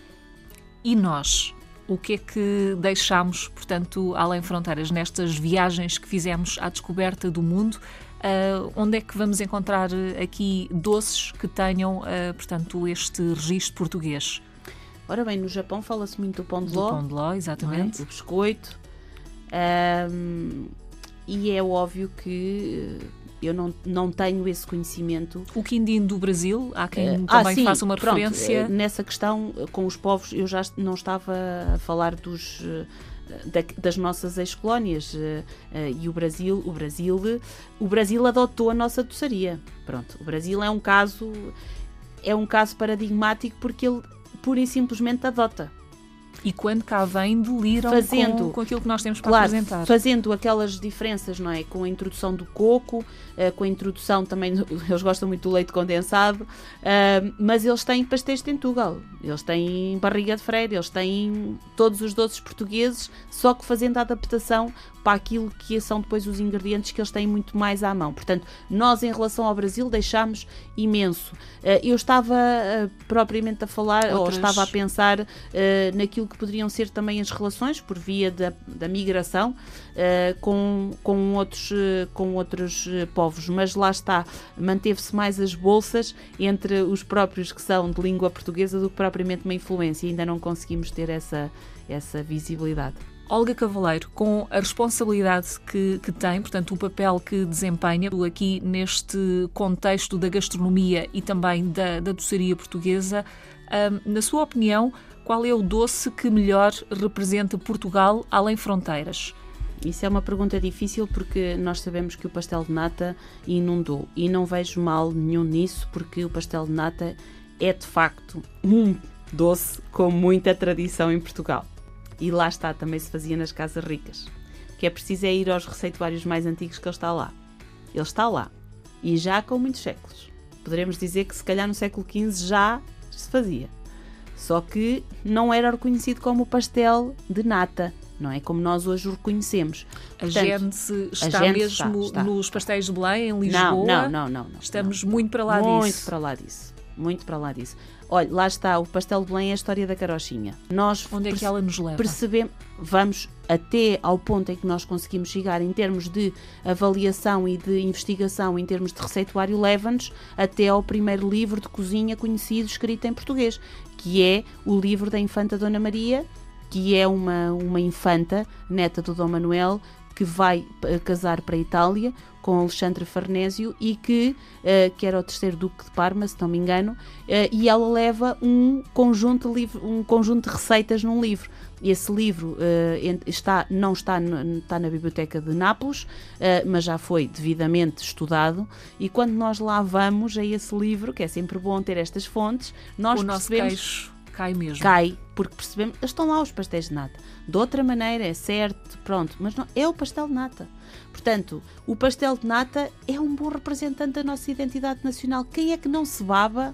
E nós? O que é que deixámos, portanto, além fronteiras, nestas viagens que fizemos à descoberta do mundo? Uh, onde é que vamos encontrar aqui doces que tenham, uh, portanto, este registro português? Ora bem, no Japão fala-se muito do pão de do ló. Do pão de ló, exatamente. É? O biscoito. Um, e é óbvio que eu não, não tenho esse conhecimento. O quindim do Brasil, há quem uh, também ah, sim, faça uma pronto, referência. Nessa questão, com os povos, eu já não estava a falar dos, da, das nossas ex-colónias, uh, uh, e o Brasil, o Brasil, o Brasil adotou a nossa doçaria. Pronto, o Brasil é um caso, é um caso paradigmático, porque ele pura e simplesmente adota. E quando cá vem, deliram fazendo, com, com aquilo que nós temos para claro, apresentar. Fazendo aquelas diferenças, não é? Com a introdução do coco, uh, com a introdução também, eles gostam muito do leite condensado, uh, mas eles têm pastéis de Tentugal, eles têm barriga de freira, eles têm todos os doces portugueses, só que fazendo a adaptação para aquilo que são depois os ingredientes que eles têm muito mais à mão. Portanto, nós em relação ao Brasil deixámos imenso. Uh, eu estava uh, propriamente a falar, Outras... ou estava a pensar uh, naquilo que poderiam ser também as relações por via da, da migração uh, com, com, outros, uh, com outros uh, povos, mas lá está, manteve-se mais as bolsas entre os próprios que são de língua portuguesa do que propriamente uma influência, ainda não conseguimos ter essa, essa visibilidade. Olga Cavaleiro, com a responsabilidade que, que tem, portanto, o papel que desempenha aqui neste contexto da gastronomia e também da, da doçaria portuguesa, um, na sua opinião, qual é o doce que melhor representa Portugal além fronteiras? Isso é uma pergunta difícil, porque nós sabemos que o pastel de nata inundou, e não vejo mal nenhum nisso, porque o pastel de nata é de facto um doce com muita tradição em Portugal. E lá está, também se fazia nas casas ricas. O que é preciso é ir aos receituários mais antigos, que ele está lá. Ele está lá. E já com muitos séculos. Poderemos dizer que se calhar no século quinze já se fazia. Só que não era reconhecido como pastel de nata. Não é como nós hoje o reconhecemos. A gente está a gente mesmo está, está. nos pastéis de Belém, em Lisboa. Não, não, não. não, não Estamos não. muito para lá muito disso. Muito para lá disso. Muito para lá disso. Olha, lá está, o pastel de Belém é a história da carochinha. Nós Onde é que ela nos leva? Percebemos, vamos até ao ponto em que nós conseguimos chegar em termos de avaliação e de investigação, em termos de receituário, leva-nos até ao primeiro livro de cozinha conhecido escrito em português, que é o livro da infanta Dona Maria, que é uma, uma infanta, neta do Dom Manuel, que vai casar para a Itália com Alexandre Farnésio, e que, uh, que era o terceiro duque de Parma, se não me engano, uh, e ela leva um conjunto, de livro, um conjunto de receitas num livro. Esse livro uh, está, não está, no, está na Biblioteca de Nápoles, uh, mas já foi devidamente estudado, e quando nós lá vamos a esse livro, que é sempre bom ter estas fontes, nós o nosso percebemos... queixo cai mesmo. Cai, porque percebemos, estão lá os pastéis de nata. De outra maneira, é certo, pronto, mas não, é o pastel de nata. Portanto, o pastel de nata é um bom representante da nossa identidade nacional. Quem é que não se baba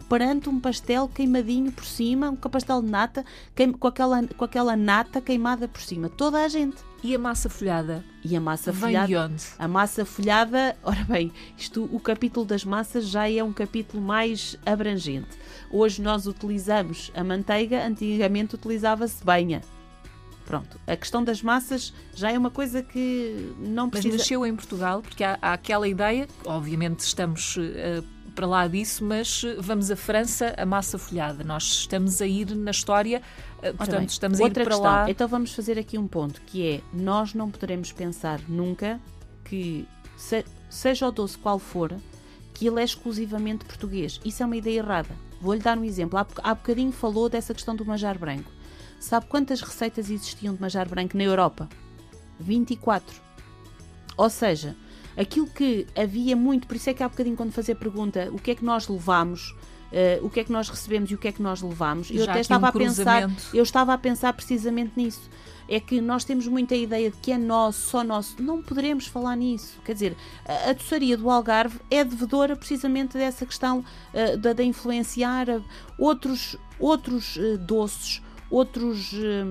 perante um pastel queimadinho por cima, um pastel de nata queim, com, aquela, com aquela nata queimada por cima. Toda a gente. E a massa folhada? E a massa Vem folhada? de onde? A massa folhada, ora bem, isto, o capítulo das massas já é um capítulo mais abrangente. Hoje nós utilizamos a manteiga, antigamente utilizava-se banha. Pronto, a questão das massas já é uma coisa que não precisa... Mas nasceu em Portugal, porque há, há aquela ideia, obviamente estamos uh, para lá disso, mas vamos à França, a massa folhada. Nós estamos a ir na história, uh, portanto bem, estamos a ir para questão. lá... Então vamos fazer aqui um ponto, que é, nós não poderemos pensar nunca que, se, seja o doce qual for, que ele é exclusivamente português. Isso é uma ideia errada. Vou-lhe dar um exemplo. Há, há bocadinho falou dessa questão do manjar branco. Sabe quantas receitas existiam de manjar branco na Europa? vinte e quatro. Ou seja, aquilo que havia muito, por isso é que há bocadinho quando fazia a pergunta o que é que nós levamos, uh, o que é que nós recebemos e o que é que nós levamos, eu Já até estava um a pensar, eu estava a pensar precisamente nisso. É que nós temos muita ideia de que é nosso, só nosso. Não poderemos falar nisso. Quer dizer, a, a doçaria do Algarve é devedora precisamente dessa questão uh, da, de influenciar uh, outros, outros uh, doces, outros,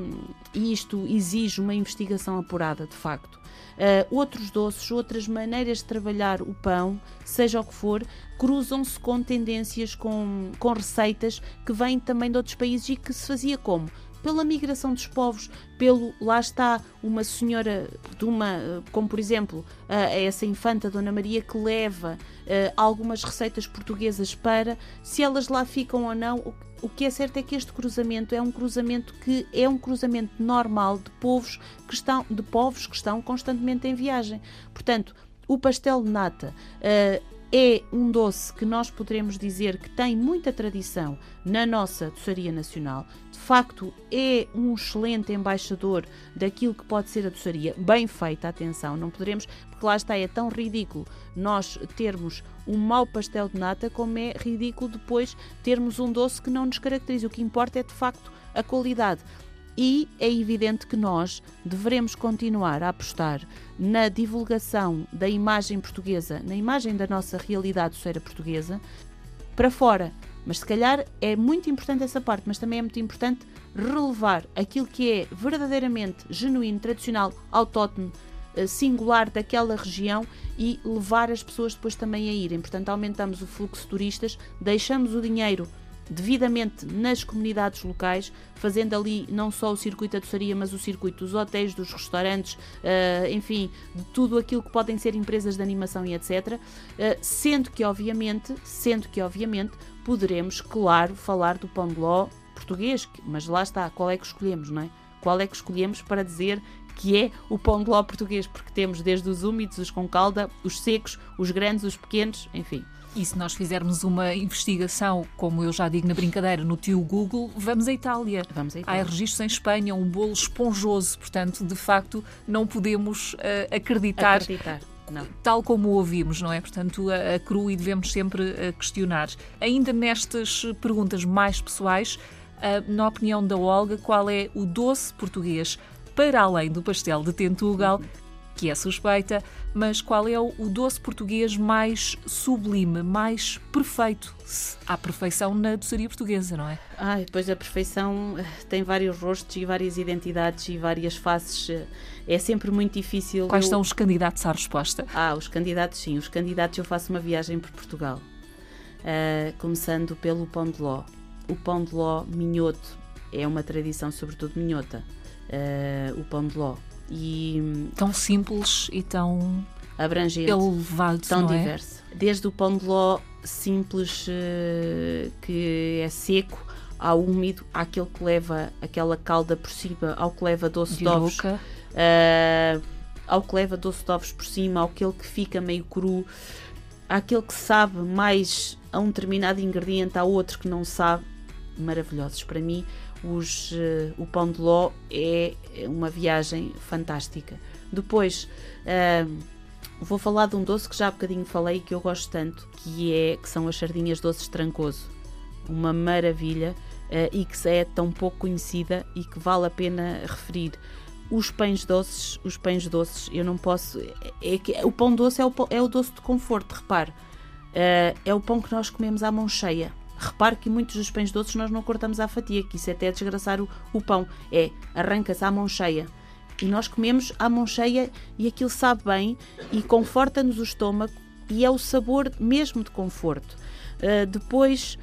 e isto exige uma investigação apurada, de facto, uh, outros doces, outras maneiras de trabalhar o pão, seja o que for, cruzam-se com tendências, com, com receitas que vêm também de outros países e que se fazia como? Pela migração dos povos, pelo, lá está, uma senhora, de uma, como por exemplo, uh, essa infanta Dona Maria, que leva uh, algumas receitas portuguesas para, se elas lá ficam ou não. O, o que é certo é que este cruzamento é um cruzamento que é um cruzamento normal de povos que estão, de povos que estão constantemente em viagem. Portanto, o pastel de nata uh, é um doce que nós poderemos dizer que tem muita tradição na nossa doçaria nacional. De facto, é um excelente embaixador daquilo que pode ser a doçaria bem feita, atenção, não poderemos, porque lá está, é tão ridículo nós termos um mau pastel de nata como é ridículo depois termos um doce que não nos caracteriza. O que importa é, de facto, a qualidade. E é evidente que nós devemos continuar a apostar na divulgação da imagem portuguesa, na imagem da nossa realidade doceira portuguesa, para fora. Mas se calhar é muito importante essa parte, mas também é muito importante relevar aquilo que é verdadeiramente genuíno, tradicional, autóctone, singular daquela região e levar as pessoas depois também a irem. Portanto, aumentamos o fluxo de turistas, deixamos o dinheiro devidamente nas comunidades locais, fazendo ali não só o circuito da doçaria, mas o circuito dos hotéis, dos restaurantes, uh, enfim, de tudo aquilo que podem ser empresas de animação e etcétera. Uh, sendo que, obviamente, sendo que, obviamente, poderemos, claro, falar do pão de ló português, mas lá está, qual é que escolhemos, não é? Qual é que escolhemos para dizer que é o pão de ló português? Porque temos desde os úmidos, os com calda, os secos, os grandes, os pequenos, enfim. E se nós fizermos uma investigação, como eu já digo na brincadeira, no tio Google, vamos à Itália. Vamos à Itália. Há registros em Espanha, um bolo esponjoso, portanto, de facto, não podemos uh, acreditar, acreditar. Não. Tal como o ouvimos, não é? Portanto, a, a cru, e devemos sempre uh, questionar. Ainda nestas perguntas mais pessoais, uh, na opinião da Olga, qual é o doce português, para além do pastel de Tentugal, que é suspeita, mas qual é o, o doce português mais sublime, mais perfeito? Há perfeição na doçaria portuguesa, não é? Ah, depois a perfeição tem vários rostos e várias identidades e várias faces. É sempre muito difícil. Quais eu... são os candidatos à resposta? Ah, os candidatos sim. Os candidatos, eu faço uma viagem por Portugal. Uh, começando pelo pão de ló. O pão de ló minhoto é uma tradição, sobretudo minhota. Uh, o pão de ló. E tão simples e tão abrangente, elevado, tão não diverso. É? Desde o pão de ló simples, uh, que é seco, ao úmido, àquele que leva aquela calda por cima, ao que leva doce de, de ovos, uh, ao que leva doce de ovos por cima, ao aquele que fica meio cru, àquele que sabe mais a um determinado ingrediente, há outro que não sabe. Maravilhosos para mim. Os, uh, o pão de ló é uma viagem fantástica. Depois uh, vou falar de um doce que já há bocadinho falei e que eu gosto tanto, que, é, que são as sardinhas doces de Trancoso. Uma maravilha, uh, e que é tão pouco conhecida e que vale a pena referir. Os pães doces, os pães doces, eu não posso... É, é, o pão doce é o, é o doce de conforto, repare. Uh, é o pão que nós comemos à mão cheia. repare que muitos dos pães doces nós não cortamos à fatia, que isso é até desgraçar o, o pão. É, arranca-se à mão cheia. E nós comemos à mão cheia e aquilo sabe bem e conforta-nos o estômago e é o sabor mesmo de conforto. Uh, depois,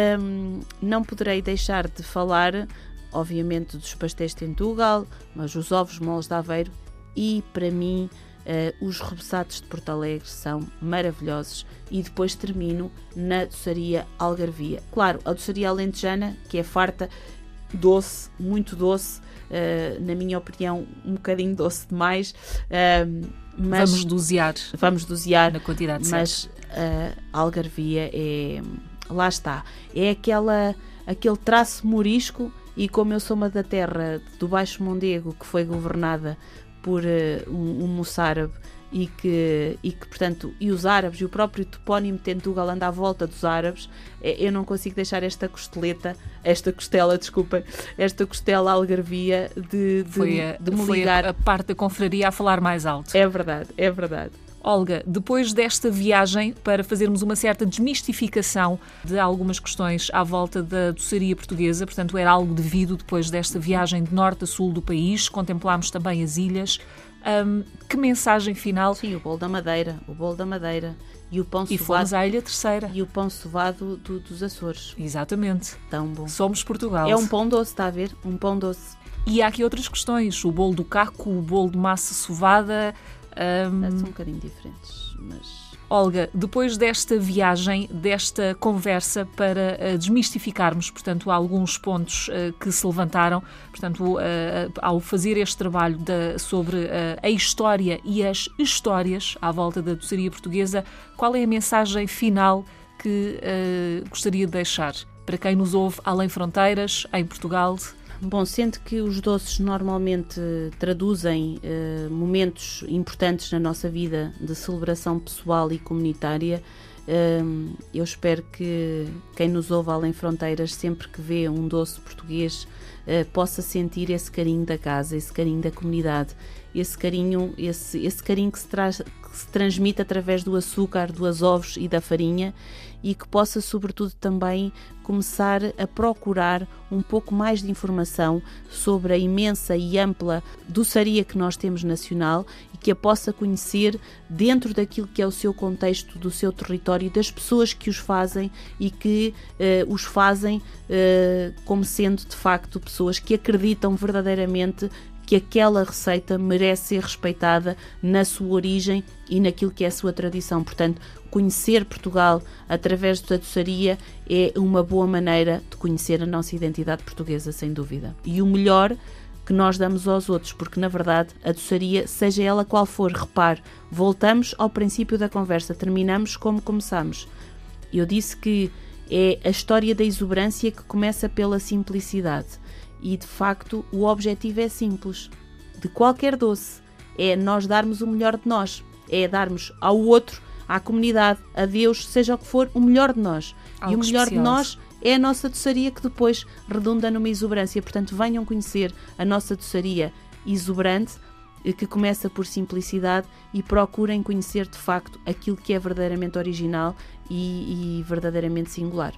um, não poderei deixar de falar, obviamente, dos pastéis de Tentugal, mas os ovos moles de Aveiro e, para mim, uh, os reboçados de Porto Alegre são maravilhosos. E depois termino na doçaria Algarvia. Claro, a doçaria alentejana, que é farta, doce, muito doce, uh, na minha opinião, um bocadinho doce demais. Uh, mas vamos dosear. Vamos dosear. Na quantidade mas uh, a Algarvia é... Lá está. É aquela, aquele traço morisco e como eu sou uma da terra do Baixo Mondego, que foi governada por uh, um, um moçárabe, e que, e que, portanto, e os árabes, e o próprio topónimo Tentugal anda à volta dos árabes, eu não consigo deixar esta costeleta, esta costela, desculpa, esta costela Algarvia de, de, foi a, de me foi ligar. A, a parte da confraria a falar mais alto. É verdade, é verdade. Olga, depois desta viagem, para fazermos uma certa desmistificação de algumas questões à volta da doçaria portuguesa, portanto era algo devido depois desta viagem de norte a sul do país, contemplámos também as ilhas. Um, que mensagem final? Sim, o bolo da Madeira, o bolo da Madeira e o pão e sovado. E fomos à Ilha Terceira. E o pão sovado do, dos Açores. Exatamente. Tão bom. Somos Portugal. É um pão doce, está a ver? Um pão doce. E há aqui outras questões, o bolo do caco, o bolo de massa sovada. Um... São um bocadinho diferentes, mas... Olga, depois desta viagem, desta conversa para uh, desmistificarmos, portanto, alguns pontos uh, que se levantaram, portanto, uh, uh, ao fazer este trabalho de, sobre uh, a história e as histórias à volta da doçaria portuguesa, qual é a mensagem final que uh, gostaria de deixar para quem nos ouve além fronteiras, em Portugal? Bom, sendo que os doces normalmente traduzem eh, momentos importantes na nossa vida de celebração pessoal e comunitária, eh, eu espero que quem nos ouve além fronteiras, sempre que vê um doce português, eh, possa sentir esse carinho da casa, esse carinho da comunidade, esse carinho, esse, esse carinho que se, traz, que se transmite através do açúcar, dos ovos e da farinha, e que possa, sobretudo, também começar a procurar um pouco mais de informação sobre a imensa e ampla doçaria que nós temos nacional e que a possa conhecer dentro daquilo que é o seu contexto, do seu território, das pessoas que os fazem e que uh, os fazem uh, como sendo, de facto, pessoas que acreditam verdadeiramente que aquela receita merece ser respeitada na sua origem e naquilo que é a sua tradição. Portanto, conhecer Portugal através da doçaria é uma boa maneira de conhecer a nossa identidade portuguesa, sem dúvida. E o melhor que nós damos aos outros, porque, na verdade, a doçaria, seja ela qual for, repare, voltamos ao princípio da conversa, terminamos como começamos. Eu disse que é a história da exuberância que começa pela simplicidade. E, de facto, o objetivo é simples. De qualquer doce, é nós darmos o melhor de nós. É darmos ao outro, à comunidade, a Deus, seja o que for, o melhor de nós. Algo e o melhor especial. de nós é a nossa doçaria que depois redunda numa exuberância. Portanto, venham conhecer a nossa doçaria exuberante, que começa por simplicidade, e procurem conhecer, de facto, aquilo que é verdadeiramente original e, e verdadeiramente singular.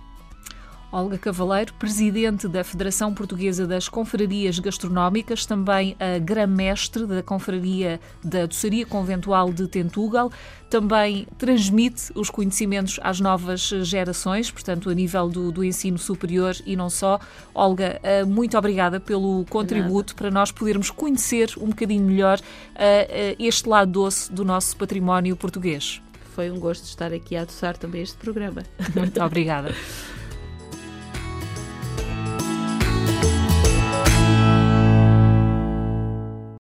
Olga Cavaleiro, presidente da Federação Portuguesa das Confrarias Gastronómicas, também a grã-mestre da Confraria da Doçaria Conventual de Tentugal, também transmite os conhecimentos às novas gerações, portanto, a nível do, do ensino superior e não só. Olga, muito obrigada pelo contributo para nós podermos conhecer um bocadinho melhor uh, este lado doce do nosso património português. Foi um gosto estar aqui a adoçar também este programa. Muito obrigada.